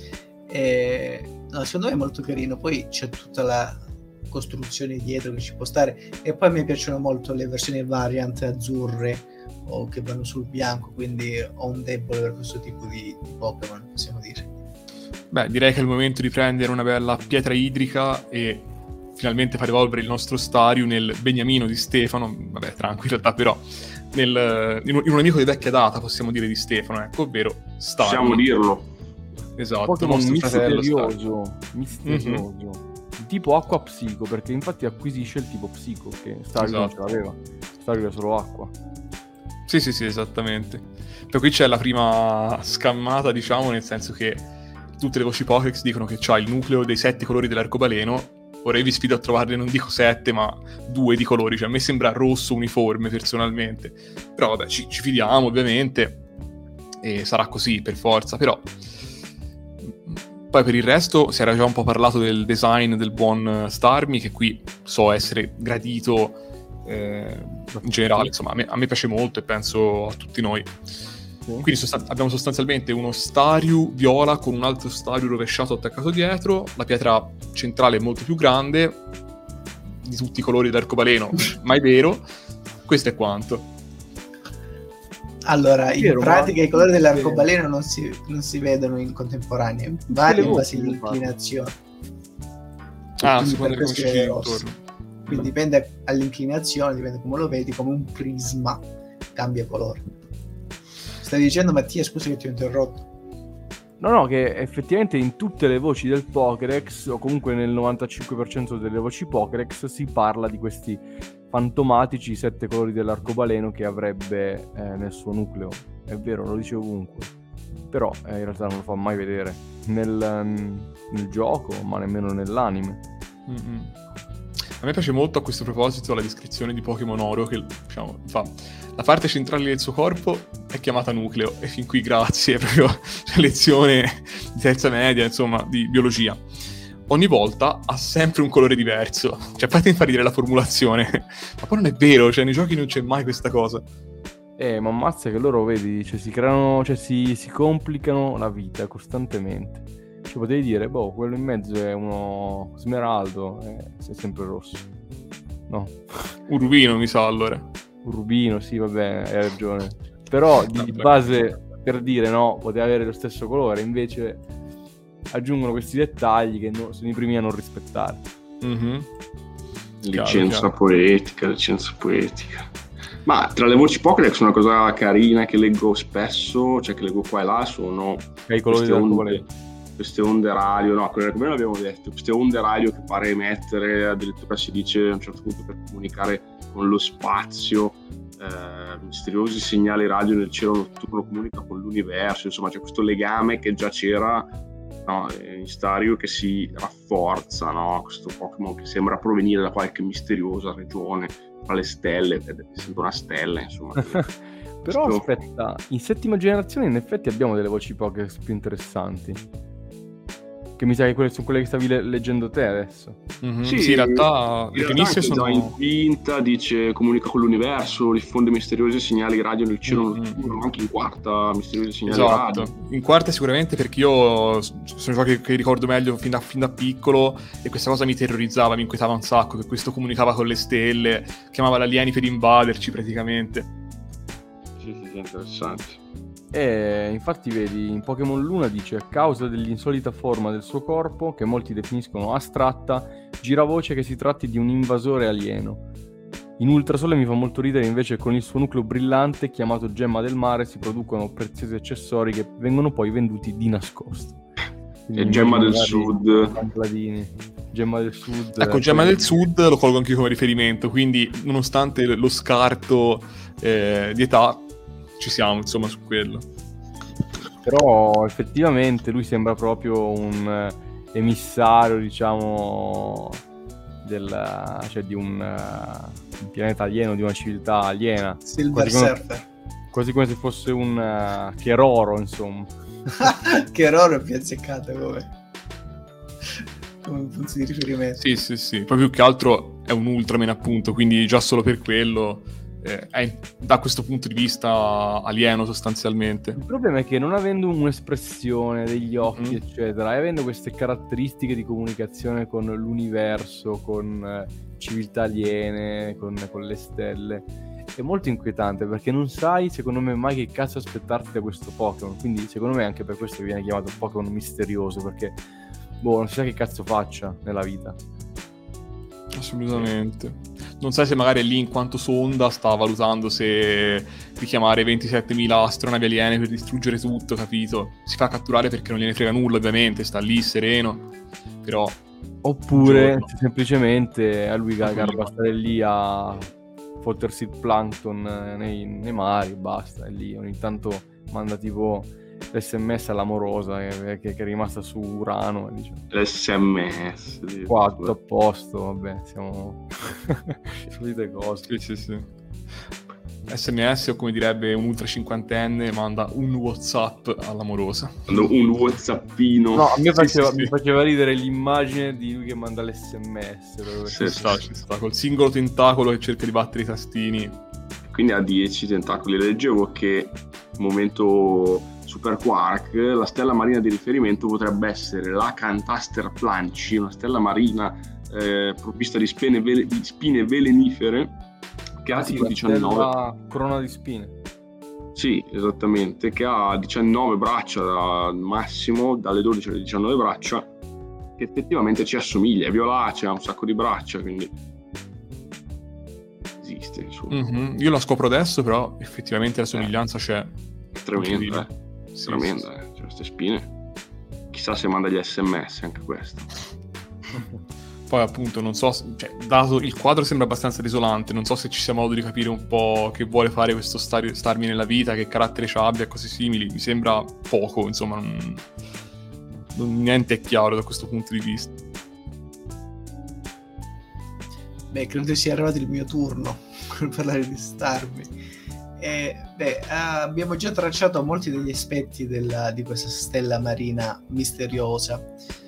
S1: No, secondo me è molto carino. Poi c'è tutta la costruzione dietro che ci può stare, e poi mi piacciono molto le versioni variant azzurre o che vanno sul bianco, quindi ho un debole per questo tipo di Pokémon, possiamo dire.
S2: Beh, direi che è il momento di prendere una bella pietra idrica e finalmente far evolvere il nostro Staryu nel beniamino di Stefano. Vabbè, tranquillo in realtà, però in un amico di vecchia data, possiamo dire, di Stefano, ecco, ovvero Staryu.
S4: Possiamo dirlo.
S2: Esatto,
S3: Pokémon
S2: misterioso.
S3: Mm-hmm. Tipo acqua psico, perché infatti acquisisce il tipo psico, che Staryu non ce l'aveva. Staryu era solo acqua.
S2: Sì, esattamente. Per qui c'è la prima scammata, diciamo, nel senso che tutte le voci Pokédex dicono che c'ha il nucleo dei 7 colori dell'arcobaleno. Ora io vi sfido a trovarne, non dico 7, ma 2 di colori. Cioè a me sembra rosso uniforme, personalmente. Però vabbè, ci fidiamo, ovviamente, e sarà così, per forza. Però poi per il resto si era già un po' parlato del design del buon Starmie, che qui so essere gradito in generale, insomma a me piace molto e penso a tutti noi. Quindi abbiamo sostanzialmente uno Staryu viola con un altro Staryu rovesciato attaccato dietro, la pietra centrale è molto più grande di tutti i colori dell'arcobaleno, ma è vero. Questo è quanto.
S1: Allora, in pratica i colori dell'arcobaleno non si vedono in contemporanea, vari in base all'inclinazione.
S2: Secondo come ci giri intorno.
S1: Quindi dipende all'inclinazione, dipende come lo vedi, come un prisma cambia colore. Stai dicendo, Mattia, scusa che ti ho interrotto.
S3: No, che effettivamente in tutte le voci del Pokédex, o comunque nel 95% delle voci Pokédex, si parla di questi fantomatici 7 colori dell'arcobaleno che avrebbe nel suo nucleo. È vero, lo dice ovunque. Però in realtà non lo fa mai vedere nel gioco, ma nemmeno nell'anime.
S2: Mm-hmm. A me piace molto a questo proposito la descrizione di Pokémon Oro, che diciamo fa la parte centrale del suo corpo è chiamata nucleo, e fin qui grazie, proprio lezione di terza media, insomma, di biologia. Ogni volta ha sempre un colore diverso, cioè fatemi far dire la formulazione, ma poi non è vero, cioè nei giochi non c'è mai questa cosa.
S3: Ma ammazza che loro, vedi, cioè si creano, cioè si complicano la vita costantemente. Ci potevi dire, quello in mezzo è uno smeraldo, è sempre rosso. No.
S2: Un rubino, mi sa, allora.
S3: Un rubino, sì, vabbè, hai ragione. Però di base, per dire, no, poteva avere lo stesso colore, invece aggiungono questi dettagli che sono i primi a non rispettare.
S4: Licenza poetica. Ma tra le voci Pokédex una cosa carina che leggo spesso, cioè che leggo qua e là, sono queste onde radio, no, come l'abbiamo detto, queste onde radio che pare emettere, addirittura si dice a un certo punto per comunicare con lo spazio, misteriosi segnali radio nel cielo notturno comunica con l'universo, insomma c'è questo legame che già c'era, no, in Staryu, che si rafforza, no? Questo Pokémon che sembra provenire da qualche misteriosa regione tra le stelle, sembra una stella, insomma.
S3: Però aspetta, in settima generazione in effetti abbiamo delle voci Pokédex più interessanti, che mi sa che quelle sono quelle che stavi leggendo te adesso.
S2: Sì, in realtà le primissime sono
S4: in quinta, dice comunica con l'universo, diffonde misteriosi segnali radio nel cielo notturno, anche in quarta misteriosi segnali radio.
S2: In quarta sicuramente, perché io sono giochi che ricordo meglio fin da piccolo, e questa cosa mi terrorizzava, mi inquietava un sacco, che questo comunicava con le stelle, chiamava gli alieni per invaderci praticamente.
S4: Sì, interessante.
S3: E infatti vedi, in Pokémon Luna dice: a causa dell'insolita forma del suo corpo, che molti definiscono astratta, gira voce che si tratti di un invasore alieno. In Ultrasole mi fa molto ridere invece con il suo nucleo brillante, chiamato Gemma del Mare, si producono preziosi accessori che vengono poi venduti di nascosto.
S4: E Gemma del Sud.
S3: Gemma del Sud.
S2: Ecco, Gemma del Sud lo colgo anche come riferimento, quindi nonostante lo scarto di età, ci siamo insomma su quello.
S3: Però effettivamente lui sembra proprio un emissario, diciamo, cioè di un pianeta alieno, di una civiltà aliena.
S1: Silver Surfer.
S3: Quasi come se fosse un Keroro, insomma.
S1: Keroro è più azzeccato come punto di riferimento.
S2: Sì. Poi più che altro è un Ultraman, appunto, quindi già solo per quello è da questo punto di vista alieno sostanzialmente.
S3: Il problema è che non avendo un'espressione degli occhi eccetera, e avendo queste caratteristiche di comunicazione con l'universo, con civiltà aliene, con le stelle, è molto inquietante, perché non sai secondo me mai che cazzo aspettarti da questo Pokémon. Quindi secondo me anche per questo viene chiamato Pokémon misterioso, perché non si sa che cazzo faccia nella vita.
S2: Assolutamente. Non sai se magari lì in quanto sonda sta valutando se richiamare 27.000 astronavi aliene per distruggere tutto, capito? Si fa catturare perché non gliene frega nulla, ovviamente, sta lì sereno, però...
S3: Oppure semplicemente a lui garba stare lì a fottersi il plankton nei mari, basta, è lì. Ogni tanto manda tipo l'SMS all'amorosa che è rimasta su Urano, diciamo.
S4: L'SMS
S3: 4 a posto, vabbè, siamo solite cose.
S2: Sì. SMS, o come direbbe un ultra cinquantenne, manda un WhatsApp all'amorosa.
S4: Un WhatsAppino.
S3: No, a me mi faceva ridere l'immagine di lui che manda l'SMS.
S2: Ci sta, col singolo tentacolo che cerca di battere i tastini.
S4: Quindi ha 10 tentacoli. Leggevo che momento Super Quark, la stella marina di riferimento potrebbe essere la Cantaster Planchi, una stella marina provvista di spine velenifere, che ha tipo 19
S3: corona di spine.
S4: Sì, esattamente, che ha 19 braccia massimo, dalle 12 alle 19 braccia, che effettivamente ci assomiglia, è violacea, ha un sacco di braccia, quindi esiste, insomma.
S2: Io la scopro adesso, però effettivamente la somiglianza c'è.
S4: È tremenda, tremenda. Cioè, queste spine, chissà se manda gli SMS anche questo.
S2: Poi appunto non so, cioè, dato il quadro sembra abbastanza desolante, non so se ci sia modo di capire un po' che vuole fare questo Starmie nella vita, che carattere abbia e cose simili. Mi sembra poco, insomma, niente è chiaro da questo punto di vista.
S1: Beh, credo sia arrivato il mio turno per parlare di Starmie. Abbiamo già tracciato molti degli aspetti di questa stella marina misteriosa.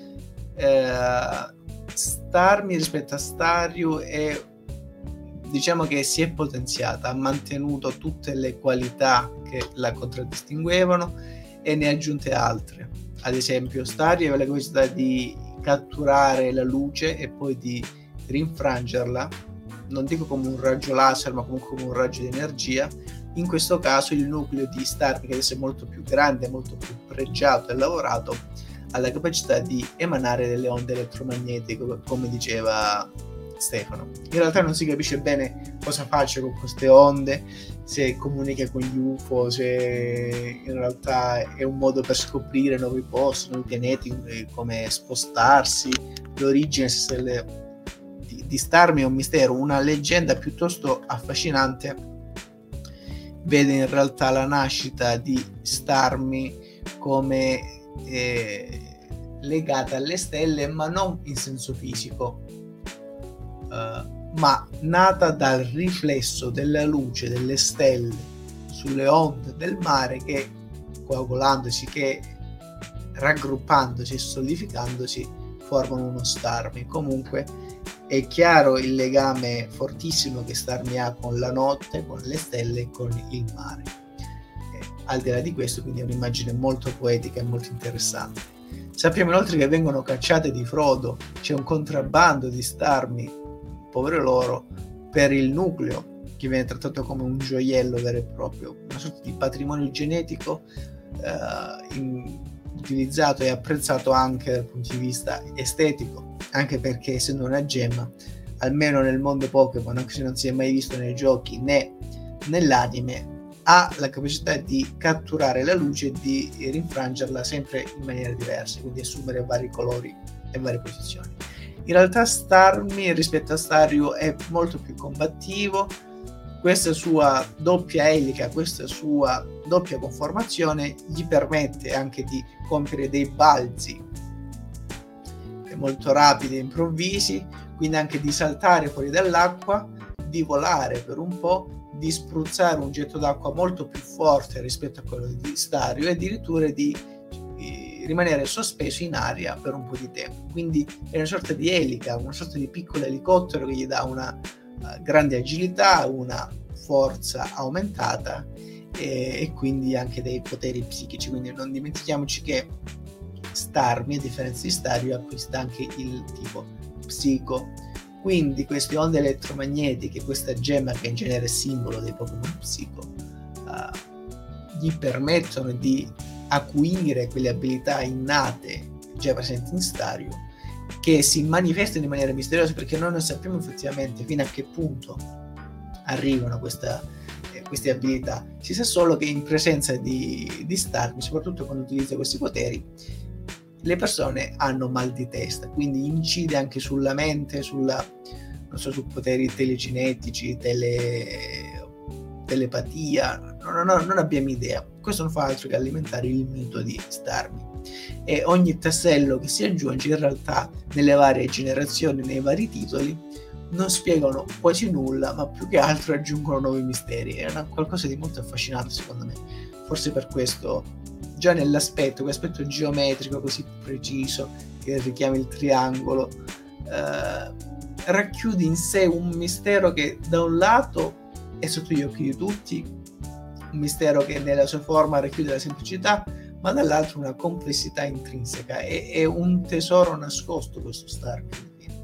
S1: Starmie rispetto a Staryu diciamo che si è potenziata, ha mantenuto tutte le qualità che la contraddistinguevano e ne ha aggiunte altre. Ad esempio Staryu aveva la capacità di catturare la luce e poi di rinfrangerla, non dico come un raggio laser ma comunque come un raggio di energia. In questo caso il nucleo di Starmie, che adesso è molto più grande, molto più pregiato e lavorato, ha la capacità di emanare delle onde elettromagnetiche, come diceva Stefano. In realtà non si capisce bene cosa faccia con queste onde, se comunica con gli UFO, se in realtà è un modo per scoprire nuovi posti, nuovi pianeti, come spostarsi, l'origine di Starmi è un mistero. Una leggenda piuttosto affascinante vede in realtà la nascita di Starmi come legata alle stelle, ma non in senso fisico, ma nata dal riflesso della luce delle stelle sulle onde del mare, che coagulandosi, che raggruppandosi e solidificandosi formano uno Starmi. Comunque è chiaro il legame fortissimo che Starmi ha con la notte, con le stelle e con il mare. Al di là di questo, quindi è un'immagine molto poetica e molto interessante. Sappiamo inoltre che vengono cacciate di Frodo, c'è un contrabbando di Starmi, povero loro, per il nucleo, che viene trattato come un gioiello vero e proprio, una sorta di patrimonio genetico utilizzato e apprezzato anche dal punto di vista estetico, anche perché essendo una gemma, almeno nel mondo Pokémon, anche se non si è mai visto nei giochi né nell'anime, ha la capacità di catturare la luce e di rinfrangerla sempre in maniere diverse, quindi assumere vari colori e varie posizioni. In realtà Starmie rispetto a Staryu è molto più combattivo. Questa sua doppia elica, questa sua doppia conformazione gli permette anche di compiere dei balzi molto rapidi e improvvisi, quindi anche di saltare fuori dall'acqua, di volare per un po', di spruzzare un getto d'acqua molto più forte rispetto a quello di Staryu e addirittura di rimanere sospeso in aria per un po' di tempo. Quindi è una sorta di elica, una sorta di piccolo elicottero che gli dà una grande agilità, una forza aumentata e quindi anche dei poteri psichici. Quindi non dimentichiamoci che Starmie, a differenza di Staryu, acquista anche il tipo psico. Quindi queste onde elettromagnetiche, questa gemma che in genere è simbolo dei Pokémon psico, gli permettono di acuire quelle abilità innate già presenti in Staryu, che si manifestano in maniera misteriosa, perché noi non sappiamo effettivamente fino a che punto arrivano queste abilità. Si sa solo che in presenza di Starmie, soprattutto quando utilizza questi poteri, le persone hanno mal di testa, quindi incide anche sulla mente, su poteri telecinetici, telepatia, non abbiamo idea. Questo non fa altro che alimentare il mito di Starmie, e ogni tassello che si aggiunge in realtà nelle varie generazioni, nei vari titoli, non spiegano quasi nulla, ma più che altro aggiungono nuovi misteri. È qualcosa di molto affascinante secondo me. Forse per questo, già nell'aspetto, quell'aspetto geometrico così preciso che richiama il triangolo, racchiude in sé un mistero che da un lato è sotto gli occhi di tutti, un mistero che nella sua forma racchiude la semplicità, ma dall'altro una complessità intrinseca. È un tesoro nascosto questo Starmie.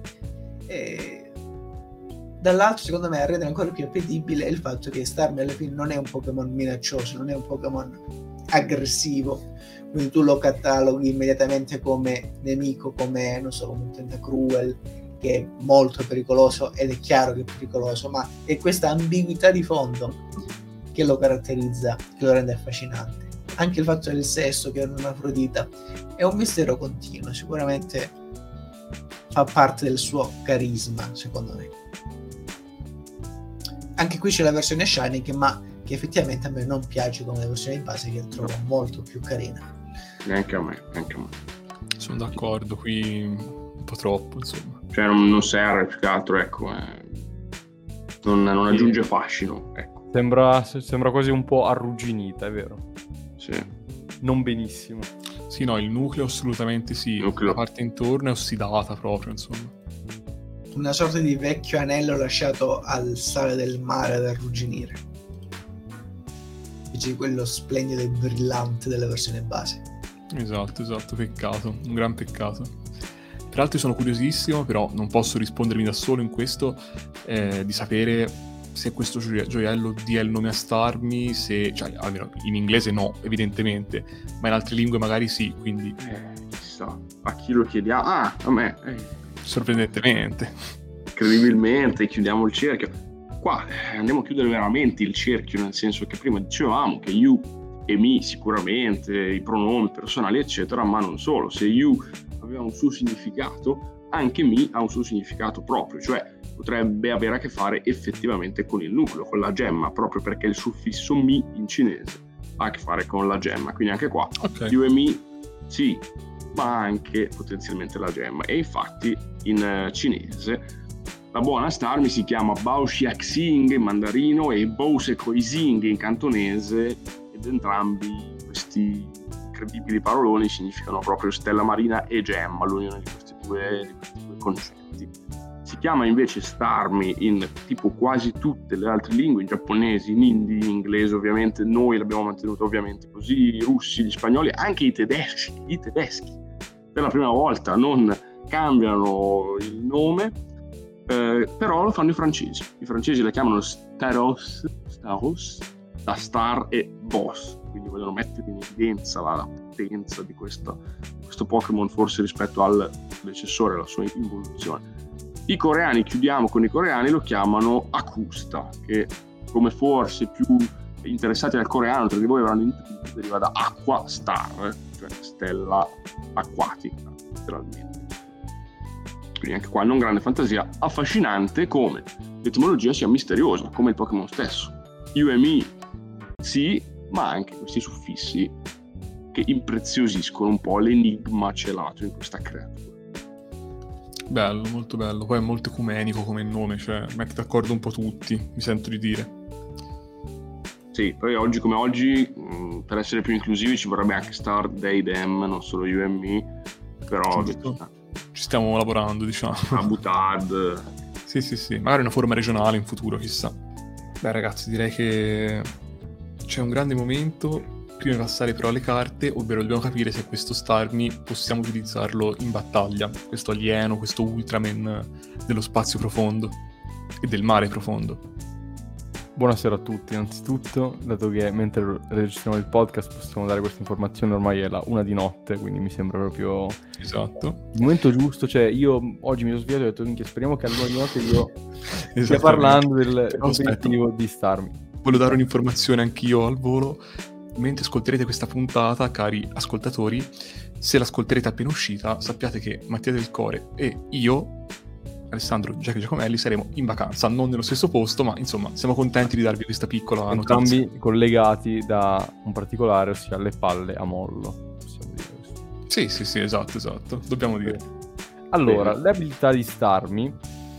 S1: Dall'altro, secondo me, a rendere ancora più appetibile il fatto che Starmie alla fine non è un Pokémon minaccioso, non è un Pokémon aggressivo, quindi tu lo cataloghi immediatamente come nemico, come non so, un Tentacruel, che è molto pericoloso, ed è chiaro che è pericoloso, ma è questa ambiguità di fondo che lo caratterizza, che lo rende affascinante. Anche il fatto del sesso, che è un'Afrodita, è un mistero continuo, sicuramente fa parte del suo carisma, secondo me. Anche qui c'è la versione Shiny che effettivamente a me non piace come la versione di base, che trovo molto più carina.
S4: Anche a me.
S2: Sono d'accordo, qui un po' troppo, insomma.
S4: Cioè non serve, più che altro, ecco, non aggiunge fascino, ecco.
S3: Sembra quasi un po' arrugginita, è vero?
S4: Sì.
S3: Non benissimo.
S2: Sì, no, il nucleo assolutamente sì. La parte intorno è ossidata proprio, insomma.
S1: Una sorta di vecchio anello lasciato al sale del mare ad arrugginire, invece di quello splendido e brillante della versione base.
S2: Esatto, peccato, un gran peccato. Peraltro sono curiosissimo, però non posso rispondermi da solo in questo, di sapere se questo gioiello dia il nome a Starmie, se, cioè almeno in inglese no, evidentemente, ma in altre lingue magari sì, quindi
S4: chissà, a chi lo chiediamo? A me.
S2: Sorprendentemente.
S4: Incredibilmente, chiudiamo il cerchio. Qua andiamo a chiudere veramente il cerchio, nel senso che prima dicevamo che you e me sicuramente, i pronomi personali eccetera, ma non solo. Se you aveva un suo significato, anche me ha un suo significato proprio, cioè potrebbe avere a che fare effettivamente con il nucleo, con la gemma, proprio perché il suffisso mi in cinese ha a che fare con la gemma, quindi anche qua you e me sì, ma anche potenzialmente la gemma. E infatti in cinese la buona Starmie si chiama Bao Xiaxing in mandarino e Bao Sekoizing in cantonese, ed entrambi questi incredibili paroloni significano proprio stella marina e gemma, l'unione di questi due concetti. Si chiama invece Starmie in tipo quasi tutte le altre lingue, in giapponese, in hindi, in inglese ovviamente, noi l'abbiamo mantenuto ovviamente così, i russi, gli spagnoli, anche i tedeschi per la prima volta non cambiano il nome, però lo fanno i francesi la chiamano Staros, da star e boss, quindi vogliono mettere in evidenza la potenza di questo Pokémon, forse rispetto al predecessore, la sua involuzione. I coreani, chiudiamo con i coreani, lo chiamano Akusta, che come forse più interessati al coreano tra di voi avranno intuito, deriva da Aqua Star, cioè stella acquatica, letteralmente. Quindi anche qua non grande fantasia, affascinante come l'etimologia sia misteriosa, come il Pokémon stesso. You e me, sì, ma anche questi suffissi che impreziosiscono un po' l'enigma celato in questa creatura.
S2: Bello, molto bello. Poi è molto ecumenico come nome, cioè mette d'accordo un po' tutti, mi sento di dire.
S4: Sì, poi oggi come oggi, per essere più inclusivi ci vorrebbe anche Star, They, Them, non solo You and Me, però
S2: ci stiamo lavorando, diciamo.
S4: Butad.
S2: Sì, magari una forma regionale in futuro, chissà. Beh ragazzi, direi che c'è un grande momento prima di passare però alle carte, ovvero dobbiamo capire se questo Starmie possiamo utilizzarlo in battaglia, questo alieno, questo Ultraman dello spazio profondo e del mare profondo.
S3: Buonasera a tutti, innanzitutto, dato che mentre registriamo il podcast possiamo dare questa informazione, ormai è la 1 di notte, quindi mi sembra proprio
S2: esatto
S3: il momento giusto. Cioè io oggi mi sono svegliato e ho detto minchia, speriamo che all'1 di notte io stia parlando del competitivo di Starmie.
S2: Voglio dare un'informazione anch'io al volo. Mentre ascolterete questa puntata, cari ascoltatori, se l'ascolterete appena uscita, sappiate che Mattia Del Core e io, Alessandro Giacomelli, saremo in vacanza, non nello stesso posto, ma insomma siamo contenti di darvi questa piccola notizia.
S3: Entrambi collegati da un particolare, ossia le palle a mollo, possiamo dire questo.
S2: Sì, esatto, dobbiamo dire.
S3: Allora, le abilità di Starmie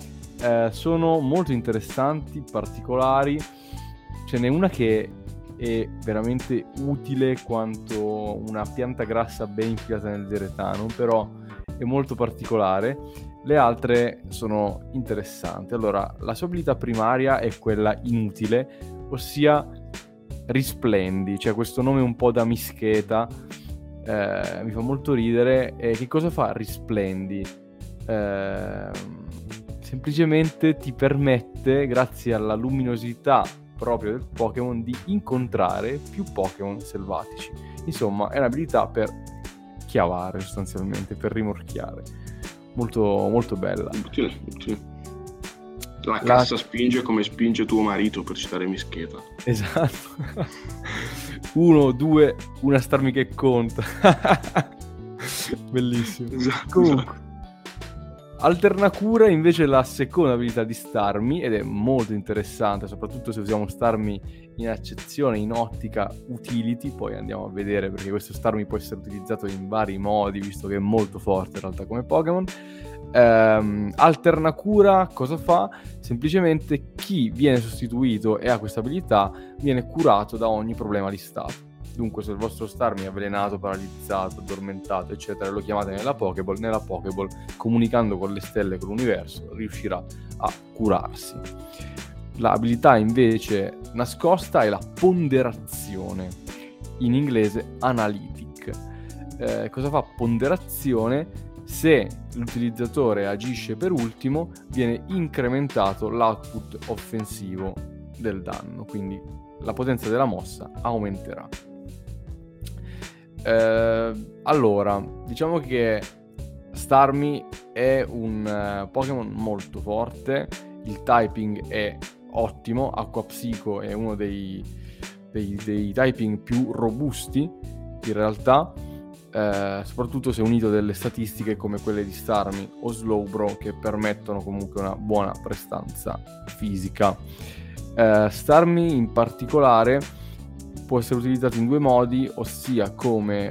S3: sono molto interessanti, particolari. Ce n'è una che è veramente utile quanto una pianta grassa ben infilata nel deretano, però è molto particolare. Le altre sono interessanti. Allora, la sua abilità primaria è quella inutile, ossia Risplendi, cioè questo nome un po' da mischeta, mi fa molto ridere. Che cosa fa Risplendi? Semplicemente ti permette, grazie alla luminosità proprio del Pokémon, di incontrare più Pokémon selvatici. Insomma, è un'abilità per chiavare, sostanzialmente, per rimorchiare. Molto, molto bella.
S4: Utile. La cassa spinge come spinge tuo marito, per citare mischeta.
S3: Esatto. 1, 2, una Starmie che conta. Bellissimo.
S4: Esatto.
S3: Comunque, Alternacura invece è la seconda abilità di Starmie ed è molto interessante, soprattutto se usiamo Starmie in accezione, in ottica utility. Poi andiamo a vedere, perché questo Starmie può essere utilizzato in vari modi, visto che è molto forte in realtà come Pokémon. Alternacura cosa fa? Semplicemente chi viene sostituito e ha questa abilità viene curato da ogni problema di stato. Dunque, se il vostro Starmie è avvelenato, paralizzato, addormentato, eccetera, lo chiamate nella Pokéball, comunicando con le stelle e con l'universo, riuscirà a curarsi. L'abilità invece nascosta è la ponderazione, in inglese analytic. Cosa fa ponderazione? Se l'utilizzatore agisce per ultimo, viene incrementato l'output offensivo del danno, quindi la potenza della mossa aumenterà. Allora, diciamo che Starmie è un Pokémon molto forte, il typing è ottimo, Acqua Psico è uno dei typing più robusti in realtà, soprattutto se unito delle statistiche come quelle di Starmie o Slowbro che permettono comunque una buona prestanza fisica. Starmie in particolare può essere utilizzato in due modi, ossia come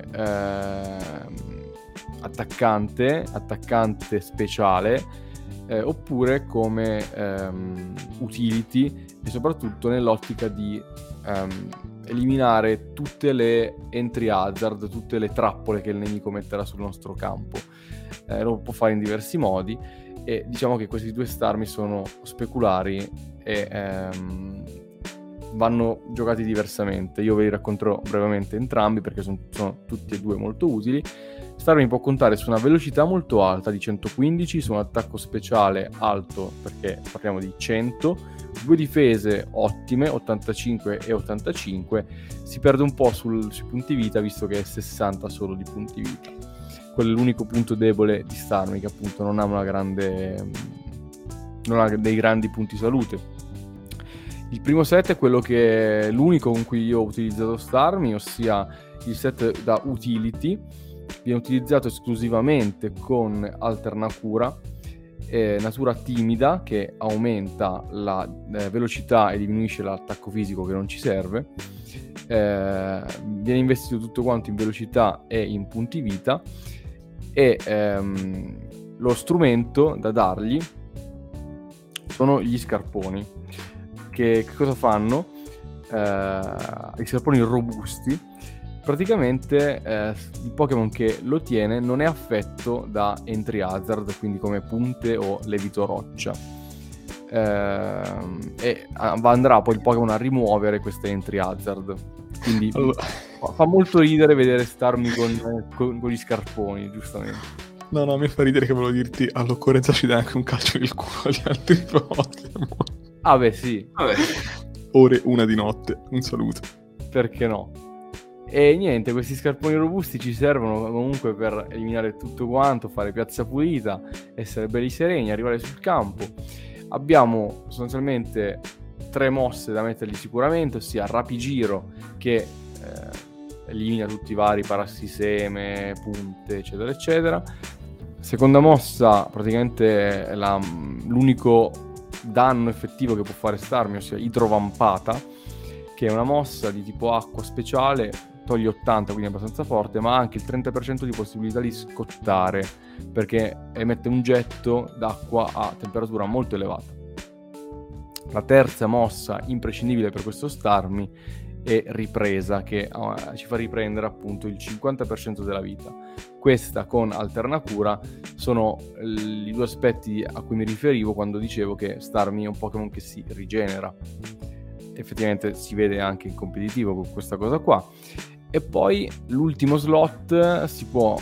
S3: attaccante speciale, oppure come utility, e soprattutto nell'ottica di eliminare tutte le entry hazard, tutte le trappole che il nemico metterà sul nostro campo. Lo può fare in diversi modi, e diciamo che questi due Starmie sono speculari e vanno giocati diversamente. Io ve li racconterò brevemente entrambi perché sono tutti e due molto utili. Starmie può contare su una velocità molto alta di 115, su un attacco speciale alto perché parliamo di 100, due difese ottime, 85 e 85, si perde un po' sui punti vita visto che è 60 solo di punti vita. Quello è l'unico punto debole di Starmie, che appunto non ha dei grandi punti salute. Il primo set è quello che è l'unico con cui io ho utilizzato Starmie, ossia il set da utility. Viene utilizzato esclusivamente con Alternacura, natura timida che aumenta la velocità e diminuisce l'attacco fisico che non ci serve. Viene investito tutto quanto in velocità e in punti vita, e lo strumento da dargli sono gli scarponi. Che cosa fanno? Gli scarponi robusti. Praticamente il Pokémon che lo tiene non è affetto da entry hazard, quindi come punte o levito roccia, e andrà poi il Pokémon a rimuovere queste entry hazard. Quindi fa molto ridere vedere Starmie con gli scarponi, giustamente.
S2: No, a me fa ridere che volevo dirti all'occorrenza ci dai anche un calcio nel culo agli altri Pokémon.
S3: Ah beh sì,
S2: ore 1 di notte, un saluto.
S3: Perché no? E niente, questi scarponi robusti ci servono comunque per eliminare tutto quanto, fare piazza pulita, essere belli sereni, arrivare sul campo. Abbiamo sostanzialmente 3 mosse da mettergli sicuramente, ossia Rapigiro che elimina tutti i vari parassiseme, punte, eccetera eccetera. Seconda mossa, praticamente l'unico danno effettivo che può fare Starmie, ossia Idrovampata, che è una mossa di tipo acqua speciale, toglie 80, quindi è abbastanza forte, ma ha anche il 30% di possibilità di scottare, perché emette un getto d'acqua a temperatura molto elevata. La terza mossa imprescindibile per questo Starmie è Ripresa, che ci fa riprendere appunto il 50% della vita. Questa con Alternacura sono i due aspetti a cui mi riferivo quando dicevo che Starmie è un Pokémon che si rigenera. Effettivamente si vede anche in competitivo con questa cosa qua. E poi l'ultimo slot si può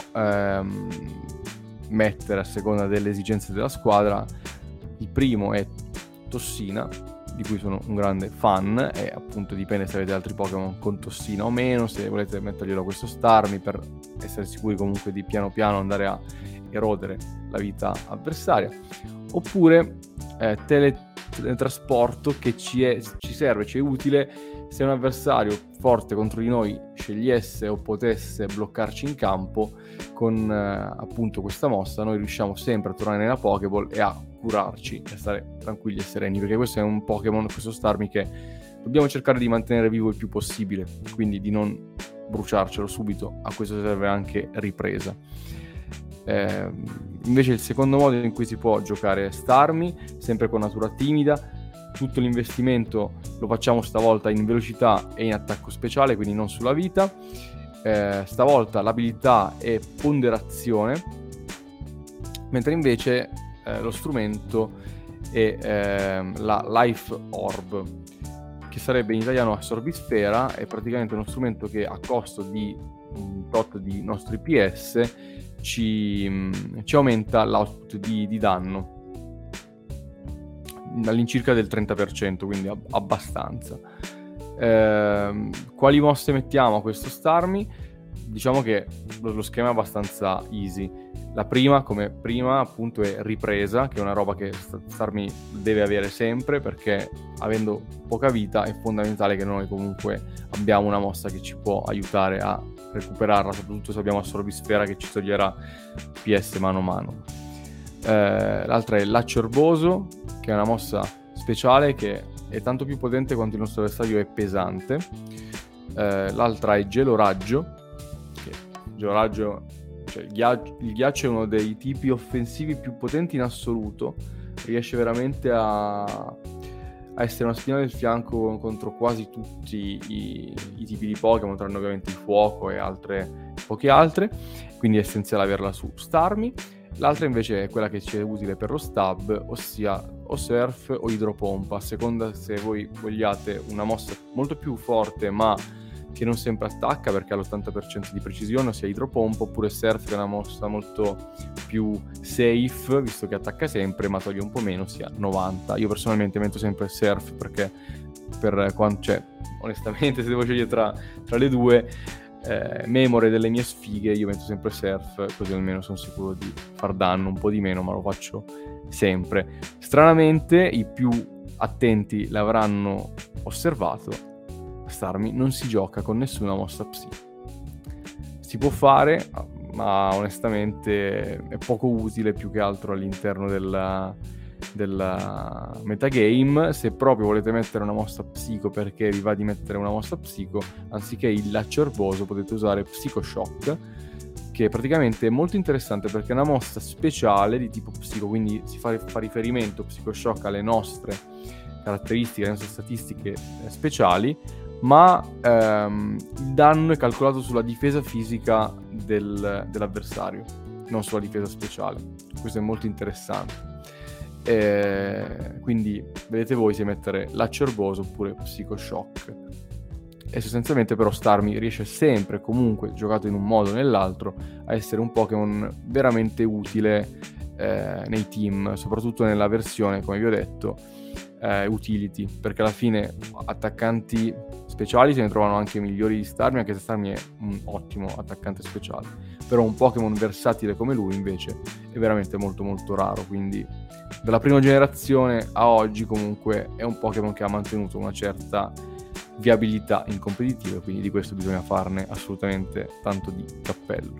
S3: mettere a seconda delle esigenze della squadra. Il primo è Tossina, di cui sono un grande fan, e appunto dipende se avete altri Pokémon con Tossina o meno, se volete metterglielo a questo Starmie per essere sicuri comunque di piano piano andare a erodere la vita avversaria. Oppure teletrasporto, che ci serve, ci è utile se un avversario forte contro di noi scegliesse o potesse bloccarci in campo. Con appunto questa mossa noi riusciamo sempre a tornare nella Pokéball e a curarci e stare tranquilli e sereni, perché questo è un Pokémon, questo Starmie, che dobbiamo cercare di mantenere vivo il più possibile, quindi di non bruciarcelo subito. A questo serve anche Ripresa. Invece il secondo modo in cui si può giocare Starmie, sempre con natura timida, tutto l'investimento lo facciamo stavolta in velocità e in attacco speciale, quindi non sulla vita. Stavolta l'abilità è ponderazione, mentre invece lo strumento è la Life Orb, che sarebbe in italiano Assorbisfera. È praticamente uno strumento che a costo di un tot di nostri PS ci aumenta l'output di danno all'incirca del 30%, quindi abbastanza. Quali mosse mettiamo a questo Starmie? diciamo che lo schema è abbastanza easy. La prima, come prima, appunto, è ripresa, che è una roba che Starmie deve avere sempre, perché avendo poca vita è fondamentale che noi comunque abbiamo una mossa che ci può aiutare a recuperarla, soprattutto se abbiamo Assorbisfera che ci toglierà PS mano a mano. L'altra è Laccio Erboso, che è una mossa speciale che è tanto più potente quanto il nostro avversario è pesante. L'altra è Gelo Raggio, che Gelo Raggio, cioè il ghiaccio è uno dei tipi offensivi più potenti in assoluto, riesce veramente a essere una spina del fianco contro quasi tutti i tipi di Pokémon, tranne ovviamente il fuoco e poche altre, quindi è essenziale averla su Starmie. L'altra invece è quella che ci è utile per lo stab, ossia o Surf o Idropompa, a seconda se voi vogliate una mossa molto più forte ma che non sempre attacca perché ha l'80% di precisione, ossia Idropompa, oppure Surf, che è una mossa molto più safe, visto che attacca sempre ma toglie un po' meno, ossia 90. Io personalmente metto sempre Surf perché onestamente se devo scegliere tra le due, memore delle mie sfighe, io metto sempre Surf, così almeno sono sicuro di far danno un po' di meno, ma lo faccio sempre. Stranamente i più attenti l'avranno osservato, Starmie non si gioca con nessuna mossa psi. Si può fare, ma onestamente è poco utile, più che altro all'interno della metagame. Se proprio volete mettere una mossa psico perché vi va di mettere una mossa psico, anziché il Laccio Erboso potete usare Psycho Shock, che praticamente è molto interessante perché è una mossa speciale di tipo psico, quindi si fa riferimento Psycho Shock alle nostre caratteristiche, alle nostre statistiche speciali, ma il danno è calcolato sulla difesa fisica dell'avversario, non sulla difesa speciale. Questo è molto interessante. Quindi vedete voi se mettere Laccio Erboso oppure Psycho Shock. E sostanzialmente però Starmie riesce sempre, comunque, giocato in un modo o nell'altro, a essere un Pokémon veramente utile nei team, soprattutto nella versione, come vi ho detto, utility, perché alla fine attaccanti speciali se ne trovano anche migliori di Starmie, anche se Starmie è un ottimo attaccante speciale, però un Pokémon versatile come lui invece è veramente molto molto raro, quindi dalla prima generazione a oggi comunque è un Pokémon che ha mantenuto una certa viabilità in competitiva, quindi di questo bisogna farne assolutamente tanto di cappello.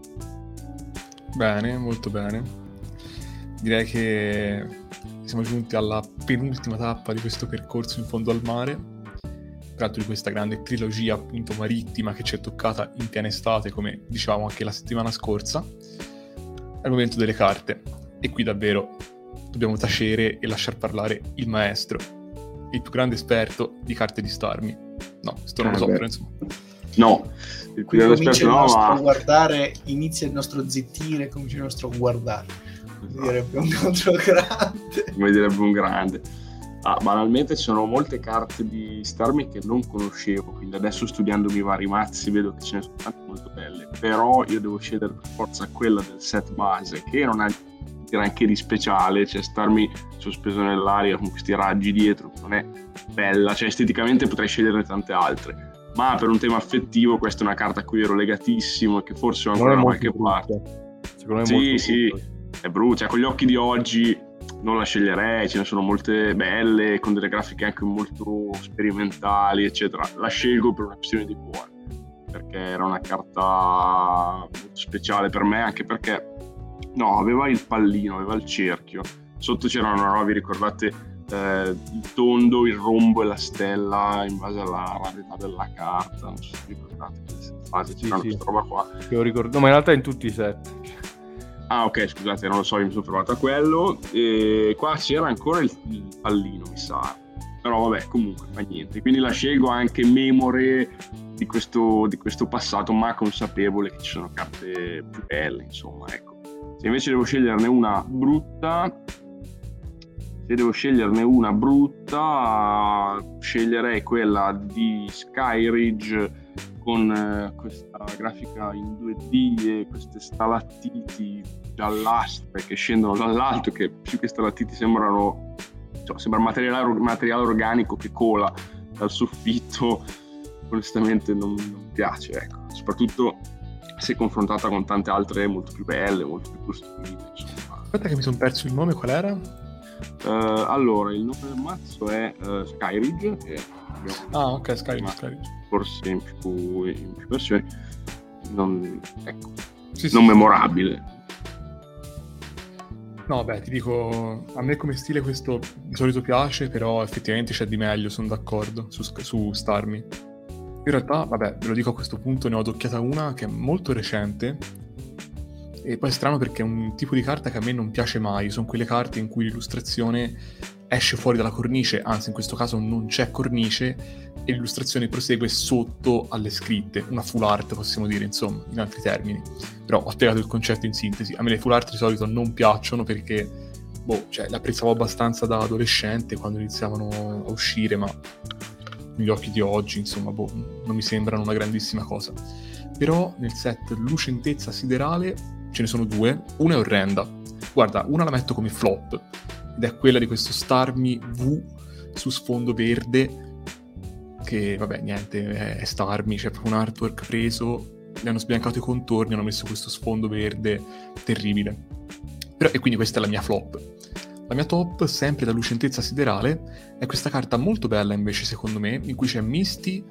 S2: Bene, molto bene. Direi che siamo giunti alla penultima tappa di questo percorso in fondo al mare, tra l'altro di questa grande trilogia appunto marittima che ci è toccata in piena estate, come dicevamo anche la settimana scorsa. È il momento delle carte, e qui davvero dobbiamo tacere e lasciar parlare il maestro, il più grande esperto di carte di Starmie. No, questo non lo so, però insomma.
S4: No, il più grande esperto no, ma...
S1: guardare, inizia il nostro zittire, comincia il nostro guardare. Direbbe un altro grande.
S4: Come direbbe un grande. Banalmente ci sono molte carte di Starmie che non conoscevo, quindi adesso studiandomi i vari mazzi vedo che ce ne sono tante molto belle, però io devo scegliere per forza quella del set base, che non ha granché di speciale, cioè Starmie sospeso nell'aria con questi raggi dietro, non è bella, cioè esteticamente potrei sceglierne tante altre, ma per un tema affettivo questa è una carta a cui ero legatissimo e che forse ho ancora da qualche parte.
S3: Secondo me
S4: sì, è brutta, cioè, con gli occhi di oggi non la sceglierei, ce ne sono molte belle con delle grafiche anche molto sperimentali eccetera. La scelgo per una questione di cuore, perché era una carta molto speciale per me, anche perché aveva il pallino, aveva il cerchio, sotto c'erano, vi ricordate, il tondo, il rombo e la stella in base alla rarità della carta, non so se vi ricordate questa fase, c'era questa roba qua
S3: che io ricordo, ma in realtà in tutti i set.
S4: Ah, ok, scusate, non lo so, io mi sono trovato a quello. E qua c'era ancora il pallino, mi sa. Però vabbè, comunque, fa niente. Quindi la scelgo anche memore di questo passato, ma consapevole che ci sono carte più belle, insomma, ecco. Se invece devo sceglierne una brutta, sceglierei quella di Skyridge, con questa grafica in 2D e queste stalattiti giallastre che scendono dall'alto, che più che stalattiti sembra materiale organico che cola dal soffitto. Onestamente non piace, ecco. Soprattutto se confrontata con tante altre molto più belle, molto più costruite, insomma.
S2: Aspetta che mi sono perso il nome, qual era?
S4: Allora, il nome del mazzo è Skyridge, che
S2: ok, Skyridge.
S4: Forse in più versioni, non
S2: sì.
S4: Memorabile.
S2: No, beh, ti dico, a me come stile questo di solito piace, però effettivamente c'è di meglio, sono d'accordo, su Starmie. In realtà, vabbè, ve lo dico a questo punto, ne ho adocchiata una che è molto recente, e poi è strano perché è un tipo di carta che a me non piace mai, sono quelle carte in cui l'illustrazione esce fuori dalla cornice, anzi in questo caso non c'è cornice, e l'illustrazione prosegue sotto alle scritte, una full art possiamo dire, insomma, in altri termini. Però ho spiegato il concetto in sintesi. A me le full art di solito non piacciono perché le apprezzavo abbastanza da adolescente quando iniziavano a uscire, ma negli occhi di oggi, insomma, non mi sembrano una grandissima cosa. Però nel set Lucentezza Siderale ce ne sono due, una è orrenda. Guarda, una la metto come flop, ed è quella di questo Starmie V su sfondo verde, che vabbè niente, è Starmie, c'è proprio un artwork preso, gli hanno sbiancato i contorni, hanno messo questo sfondo verde terribile. E quindi questa è la mia flop. La mia top, sempre da Lucentezza Siderale, è questa carta molto bella invece secondo me, in cui c'è Misty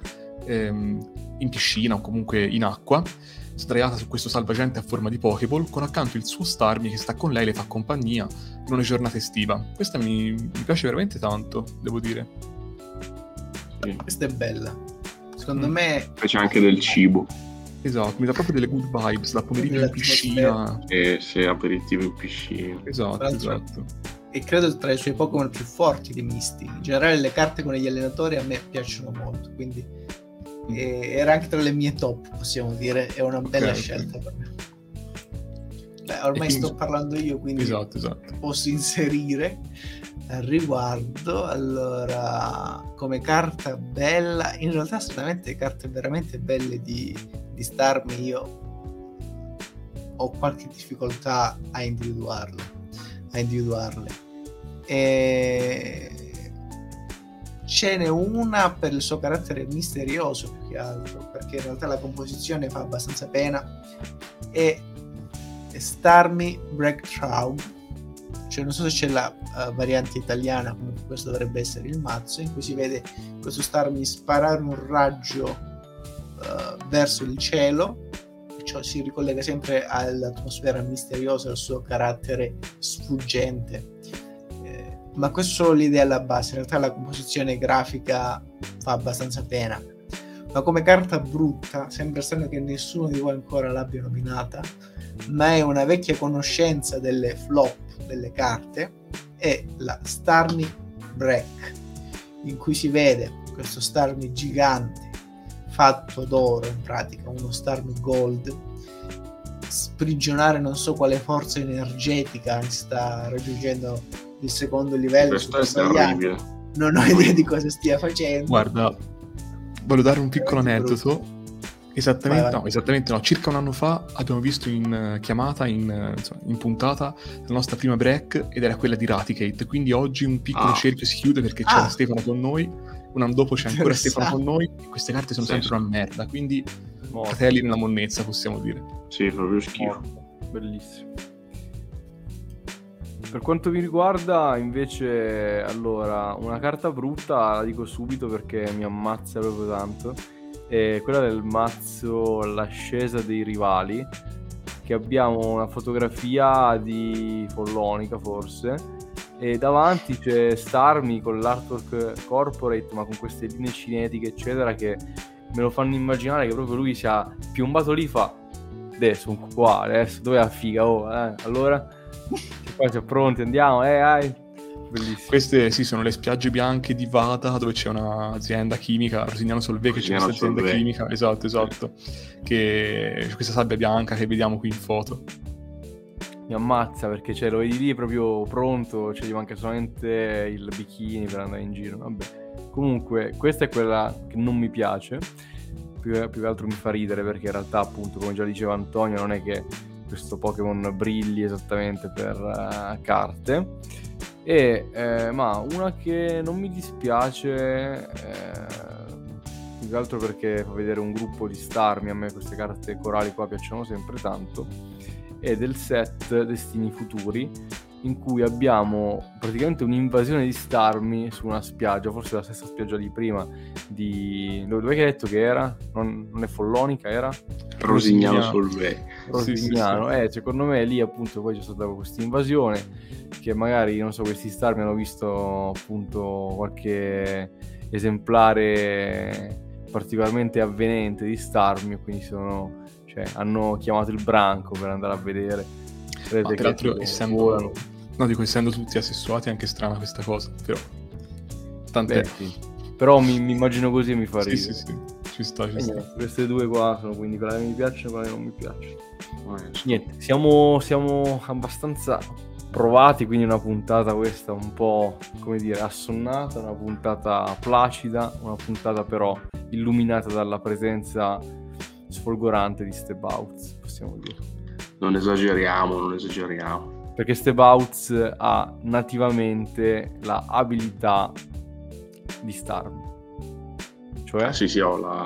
S2: in piscina o comunque in acqua, sdraiata su questo salvagente a forma di Pokéball, con accanto il suo Starmie che sta con lei, le fa compagnia in una giornata estiva. Questa mi piace veramente tanto, devo dire.
S1: Questa è bella, secondo me.
S4: Poi c'è anche del cibo.
S2: Esatto, mi dà proprio delle good vibes, da pomeriggio in piscina.
S4: Sì, aperitivo in piscina.
S2: Esatto.
S1: E credo tra i suoi Pokémon più forti di Misty. In generale le carte con gli allenatori a me piacciono molto, quindi era anche tra le mie top, possiamo dire, è una bella scelta per me. Beh, ormai sto parlando io, quindi
S2: esatto.
S1: posso inserire al riguardo. Allora, come carta bella, in realtà assolutamente carte veramente belle di Starmie io ho qualche difficoltà a individuarle. E ce n'è una per il suo carattere misterioso più che altro, perché in realtà la composizione fa abbastanza pena, è Starmie Breakthrough, cioè non so se c'è la variante italiana, comunque questo dovrebbe essere il mazzo, in cui si vede questo Starmie sparare un raggio verso il cielo, ciò si ricollega sempre all'atmosfera misteriosa, al suo carattere sfuggente. Ma questo è solo l'idea alla base, in realtà la composizione grafica fa abbastanza pena. Ma come carta brutta, sembra strano che nessuno di voi ancora l'abbia nominata, ma è una vecchia conoscenza delle flop delle carte, è la Starmie Break, in cui si vede questo Starmie gigante fatto d'oro, in pratica uno Starmie Gold, sprigionare non so quale forza energetica, sta raggiungendo il secondo livello.
S4: Questo è terribile.
S1: Non ho idea di cosa stia facendo.
S2: Guarda, voglio dare un piccolo aneddoto. Esattamente no, circa un anno fa abbiamo visto in chiamata, in puntata, la nostra prima break, ed era quella di Raticate, quindi oggi un piccolo cerchio si chiude perché c'era Stefano con noi, un anno dopo c'è ancora Stefano con noi, e queste carte sono sempre una merda, quindi fratelli nella monnezza, possiamo dire.
S4: Sì, proprio schifo.
S3: Bellissimo. Per quanto mi riguarda invece, allora, una carta brutta la dico subito perché mi ammazza proprio tanto, è quella del mazzo L'ascesa dei rivali, che abbiamo una fotografia di Follonica forse, e davanti c'è Starmie con l'artwork corporate ma con queste linee cinetiche eccetera, che me lo fanno immaginare che proprio lui sia piombato lì, fa adesso qua, adesso dove è la figa, allora qua siamo pronti, andiamo, bellissimo.
S2: Queste sì, sono le spiagge bianche di Vada, dove c'è un'azienda chimica, Rosignano Solvay, che c'è questa azienda chimica, esatto, che c'è questa sabbia bianca che vediamo qui in foto.
S3: Mi ammazza perché lo vedi lì proprio pronto, gli manca solamente il bikini per andare in giro. Vabbè, comunque questa è quella che non mi piace, più che altro mi fa ridere perché in realtà, appunto, come già diceva Antonio, non è che questo Pokémon brilli esattamente per carte. Ma una che non mi dispiace più che che altro perché fa vedere un gruppo di Starmie. A me queste carte corali qua piacciono sempre tanto. E del set Destini Futuri, in cui abbiamo praticamente un'invasione di Starmie su una spiaggia, forse la stessa spiaggia di prima, dove hai detto che era? Non è Follonica, era?
S4: Rosignano Solvay.
S3: Rosignano, sì. Secondo me lì appunto poi c'è stata questa invasione, che magari, non so, questi Starmie hanno visto appunto qualche esemplare particolarmente avvenente di Starmie, quindi hanno chiamato il branco per andare a vedere.
S2: Ma tra l'altro essendo tutti assessuati è anche strana questa cosa, però tant'è.
S3: Sì. Però mi immagino così e mi fa ridere.
S2: Sì, ci sta.
S3: Queste due qua sono quindi quelle che mi piacciono e quelle che non mi piacciono. Niente, siamo abbastanza provati, quindi una puntata questa un po', come dire, assonnata, una puntata placida, una puntata però illuminata dalla presenza sfolgorante di Stebouts, possiamo dire.
S4: Non esageriamo.
S3: Perché Stebouts ha nativamente la abilità di Starmie. Cioè?
S4: Sì, ho la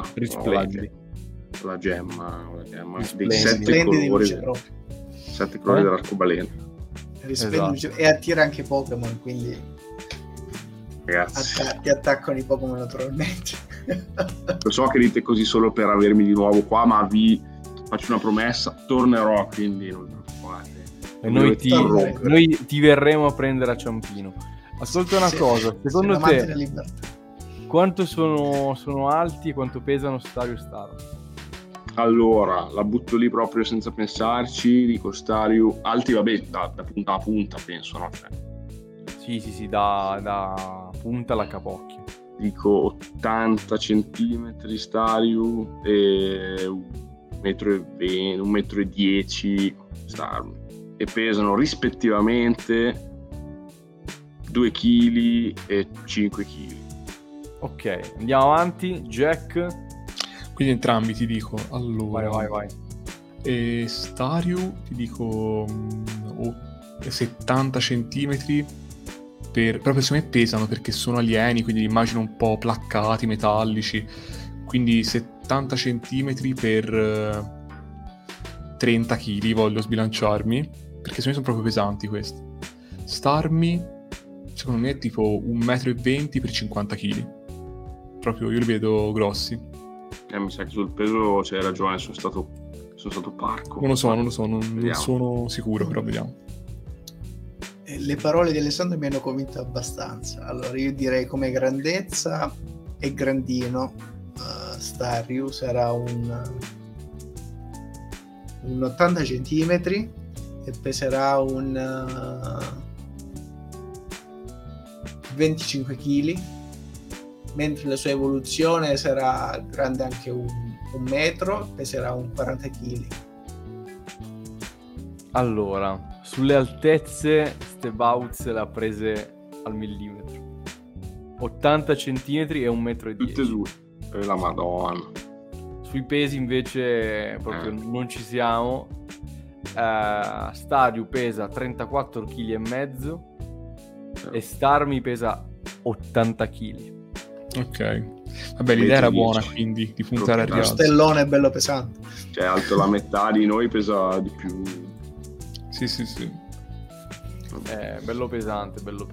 S4: gemma dei 7 colori. 7 colori dell'arcobaleno.
S1: Esatto. E attira anche Pokémon, quindi
S4: ragazzi
S1: ti attaccano i Pokémon naturalmente.
S4: Lo so che dite così solo per avermi di nuovo qua, ma vi faccio una promessa, tornerò, quindi non preoccupate.
S3: E noi ti verremo a prendere a Ciampino. Ascolta una cosa, secondo te quanto sono alti e quanto pesano Stario e Starmie?
S4: Allora, la butto lì proprio senza pensarci, dico Stario alti, vabbè, da punta a punta penso, no?
S3: Sì, da punta alla capocchia.
S4: Dico 80 centimetri Stario e 1,20 m, 1,10 m Starmie. E pesano rispettivamente 2 kg e 5 kg.
S3: Ok, andiamo avanti. Jack?
S2: Quindi entrambi ti dico. Allora,
S3: vai.
S2: E Stario ti dico 70 centimetri, proprio secondo me pesano perché sono alieni, quindi li immagino un po' placcati, metallici, quindi 70 centimetri per 30 kg, voglio sbilanciarmi, perché secondo me sono proprio pesanti questi. Starmie secondo me è tipo 1,20 m per 50 kg, proprio io li vedo grossi.
S4: Mi sa che sul peso c'hai ragione, sono stato parco.
S2: Non lo so, non sono sicuro, però vediamo.
S1: Le parole di Alessandro mi hanno convinto abbastanza. Allora io direi come grandezza è grandino. Stario sarà un 80 centimetri e peserà un 25 kg, mentre la sua evoluzione sarà grande anche un metro, peserà un 40 kg.
S3: Allora, sulle altezze Stebouts le ha prese al millimetro. 80 centimetri e 1,10 m.
S4: Tutte e due. La Madonna.
S3: Sui pesi invece proprio non ci siamo. Stario pesa 34 kg e mezzo e Starmie pesa 80 kg.
S2: Ok, vabbè, l'idea era buona, quindi di puntare al rialzo.
S1: Lo stellone è bello pesante,
S4: cioè alto la metà di noi, pesa di più.
S2: Sì.
S3: Bello pesante. Bello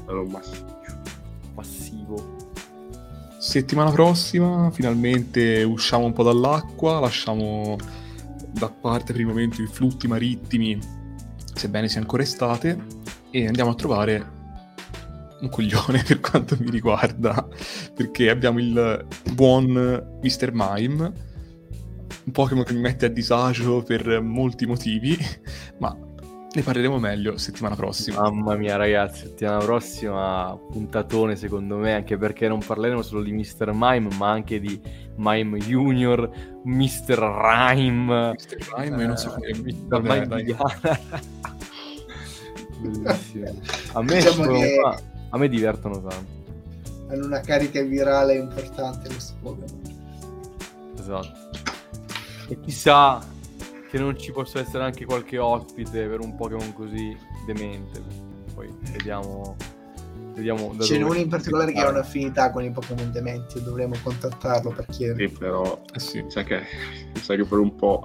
S3: massivo.
S2: Settimana prossima finalmente usciamo un po' dall'acqua, lasciamo da parte per il momento i flutti marittimi, sebbene sia ancora estate, e andiamo a trovare un coglione per quanto mi riguarda, perché abbiamo il buon Mr. Mime, un Pokémon che mi mette a disagio per molti motivi, ma ne parleremo meglio settimana prossima.
S3: Mamma mia ragazzi, settimana prossima puntatone secondo me, anche perché non parleremo solo di Mr. Mime ma anche di Mime Junior, Mr. Rhyme,
S2: io non so come
S3: Mr. Mime. Bellissimo. A me divertono tanto.
S1: Hanno una carica virale importante questi Pokémon.
S3: Esatto. E chissà che non ci possa essere anche qualche ospite per un Pokémon così demente. Poi vediamo Vediamo da
S1: Ce n'è
S3: dove...
S1: uno in particolare che ha un'affinità con i Pokémon dementi, dovremmo contattarlo per chiedere.
S4: Sì, però
S2: sì.
S4: Sai che per un po'.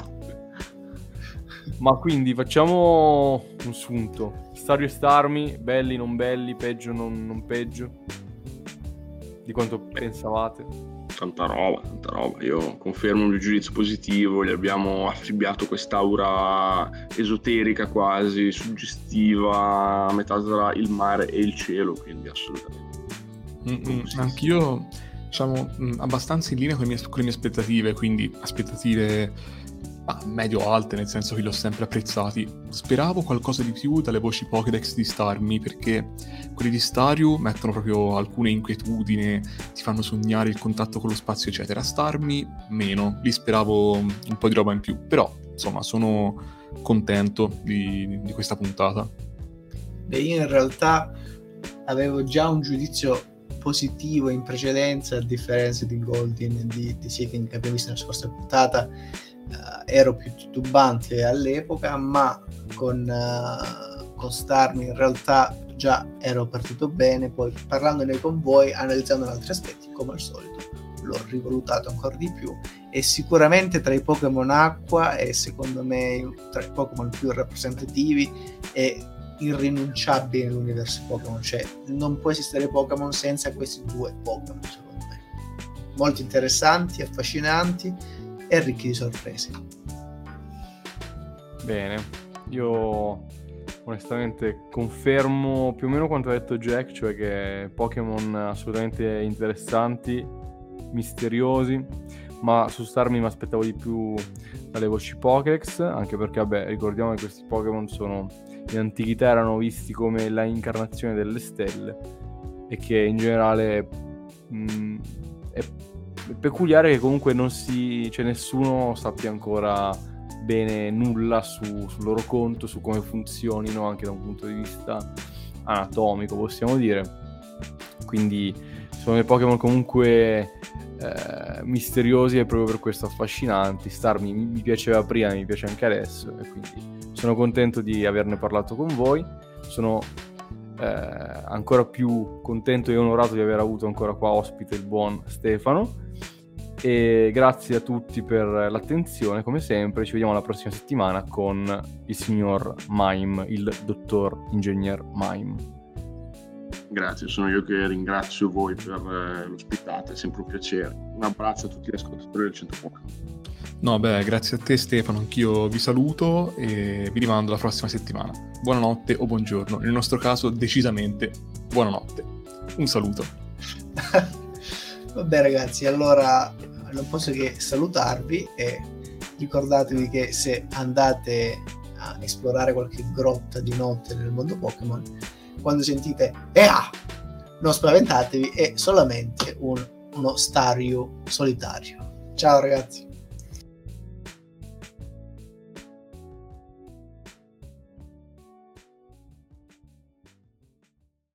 S3: Ma quindi facciamo un sunto. Stario e Starmie, belli, non belli, peggio, non peggio. Di quanto pensavate?
S4: Tanta roba. Io confermo il mio giudizio positivo, gli abbiamo affibbiato quest'aura esoterica quasi, suggestiva, a metà tra il mare e il cielo, quindi assolutamente.
S2: Anch'io, diciamo, abbastanza in linea con le mie aspettative, quindi aspettative medio-alte, nel senso che li ho sempre apprezzati. Speravo qualcosa di più dalle voci Pokédex di Starmie, perché quelli di Staryu mettono proprio alcune inquietudini, ti fanno sognare il contatto con lo spazio, eccetera. Starmie meno, lì speravo un po' di roba in più, però insomma sono contento di questa puntata.
S1: Beh, io in realtà avevo già un giudizio positivo in precedenza, a differenza di Goldin e di Seeking che abbiamo visto nella scorsa puntata. Ero più titubante all'epoca, ma con Starmie in realtà già ero partito bene. Poi parlandone con voi, analizzando altri aspetti, come al solito l'ho rivalutato ancora di più. E sicuramente tra i Pokémon acqua è secondo me tra i Pokémon più rappresentativi e irrinunciabili nell'universo Pokémon. Cioè non può esistere Pokémon senza questi due Pokémon, secondo me molto interessanti, affascinanti e ricchi di sorprese.
S3: Bene, io onestamente confermo più o meno quanto ha detto Jack, cioè che Pokémon assolutamente interessanti, misteriosi, ma su Starmie mi aspettavo di più dalle voci Pokédex, anche perché vabbè, ricordiamo che questi Pokémon in antichità erano visti come la incarnazione delle stelle e che in generale è peculiare che comunque nessuno sappia ancora bene nulla sul loro conto, su come funzionino anche da un punto di vista anatomico, possiamo dire. Quindi sono dei Pokémon comunque misteriosi e proprio per questo affascinanti. Starmie mi piaceva prima, mi piace anche adesso, e quindi sono contento di averne parlato con voi. Sono ancora più contento e onorato di aver avuto ancora qua ospite il buon Stefano. E grazie a tutti per l'attenzione, come sempre. Ci vediamo la prossima settimana con il signor Mime, il dottor ingegner Mime.
S4: Grazie, sono io che ringrazio voi per l'ospitata, è sempre un piacere. Un abbraccio a tutti gli ascoltatori del Centro Pokémon.
S2: No, grazie a te Stefano, anch'io vi saluto e vi rimando la prossima settimana. Buonanotte o buongiorno, nel nostro caso decisamente buonanotte. Un saluto.
S1: Vabbè ragazzi, allora non posso che salutarvi e ricordatevi che se andate a esplorare qualche grotta di notte nel mondo Pokémon, quando sentite EA, non spaventatevi, è solamente uno Staryu solitario. Ciao ragazzi.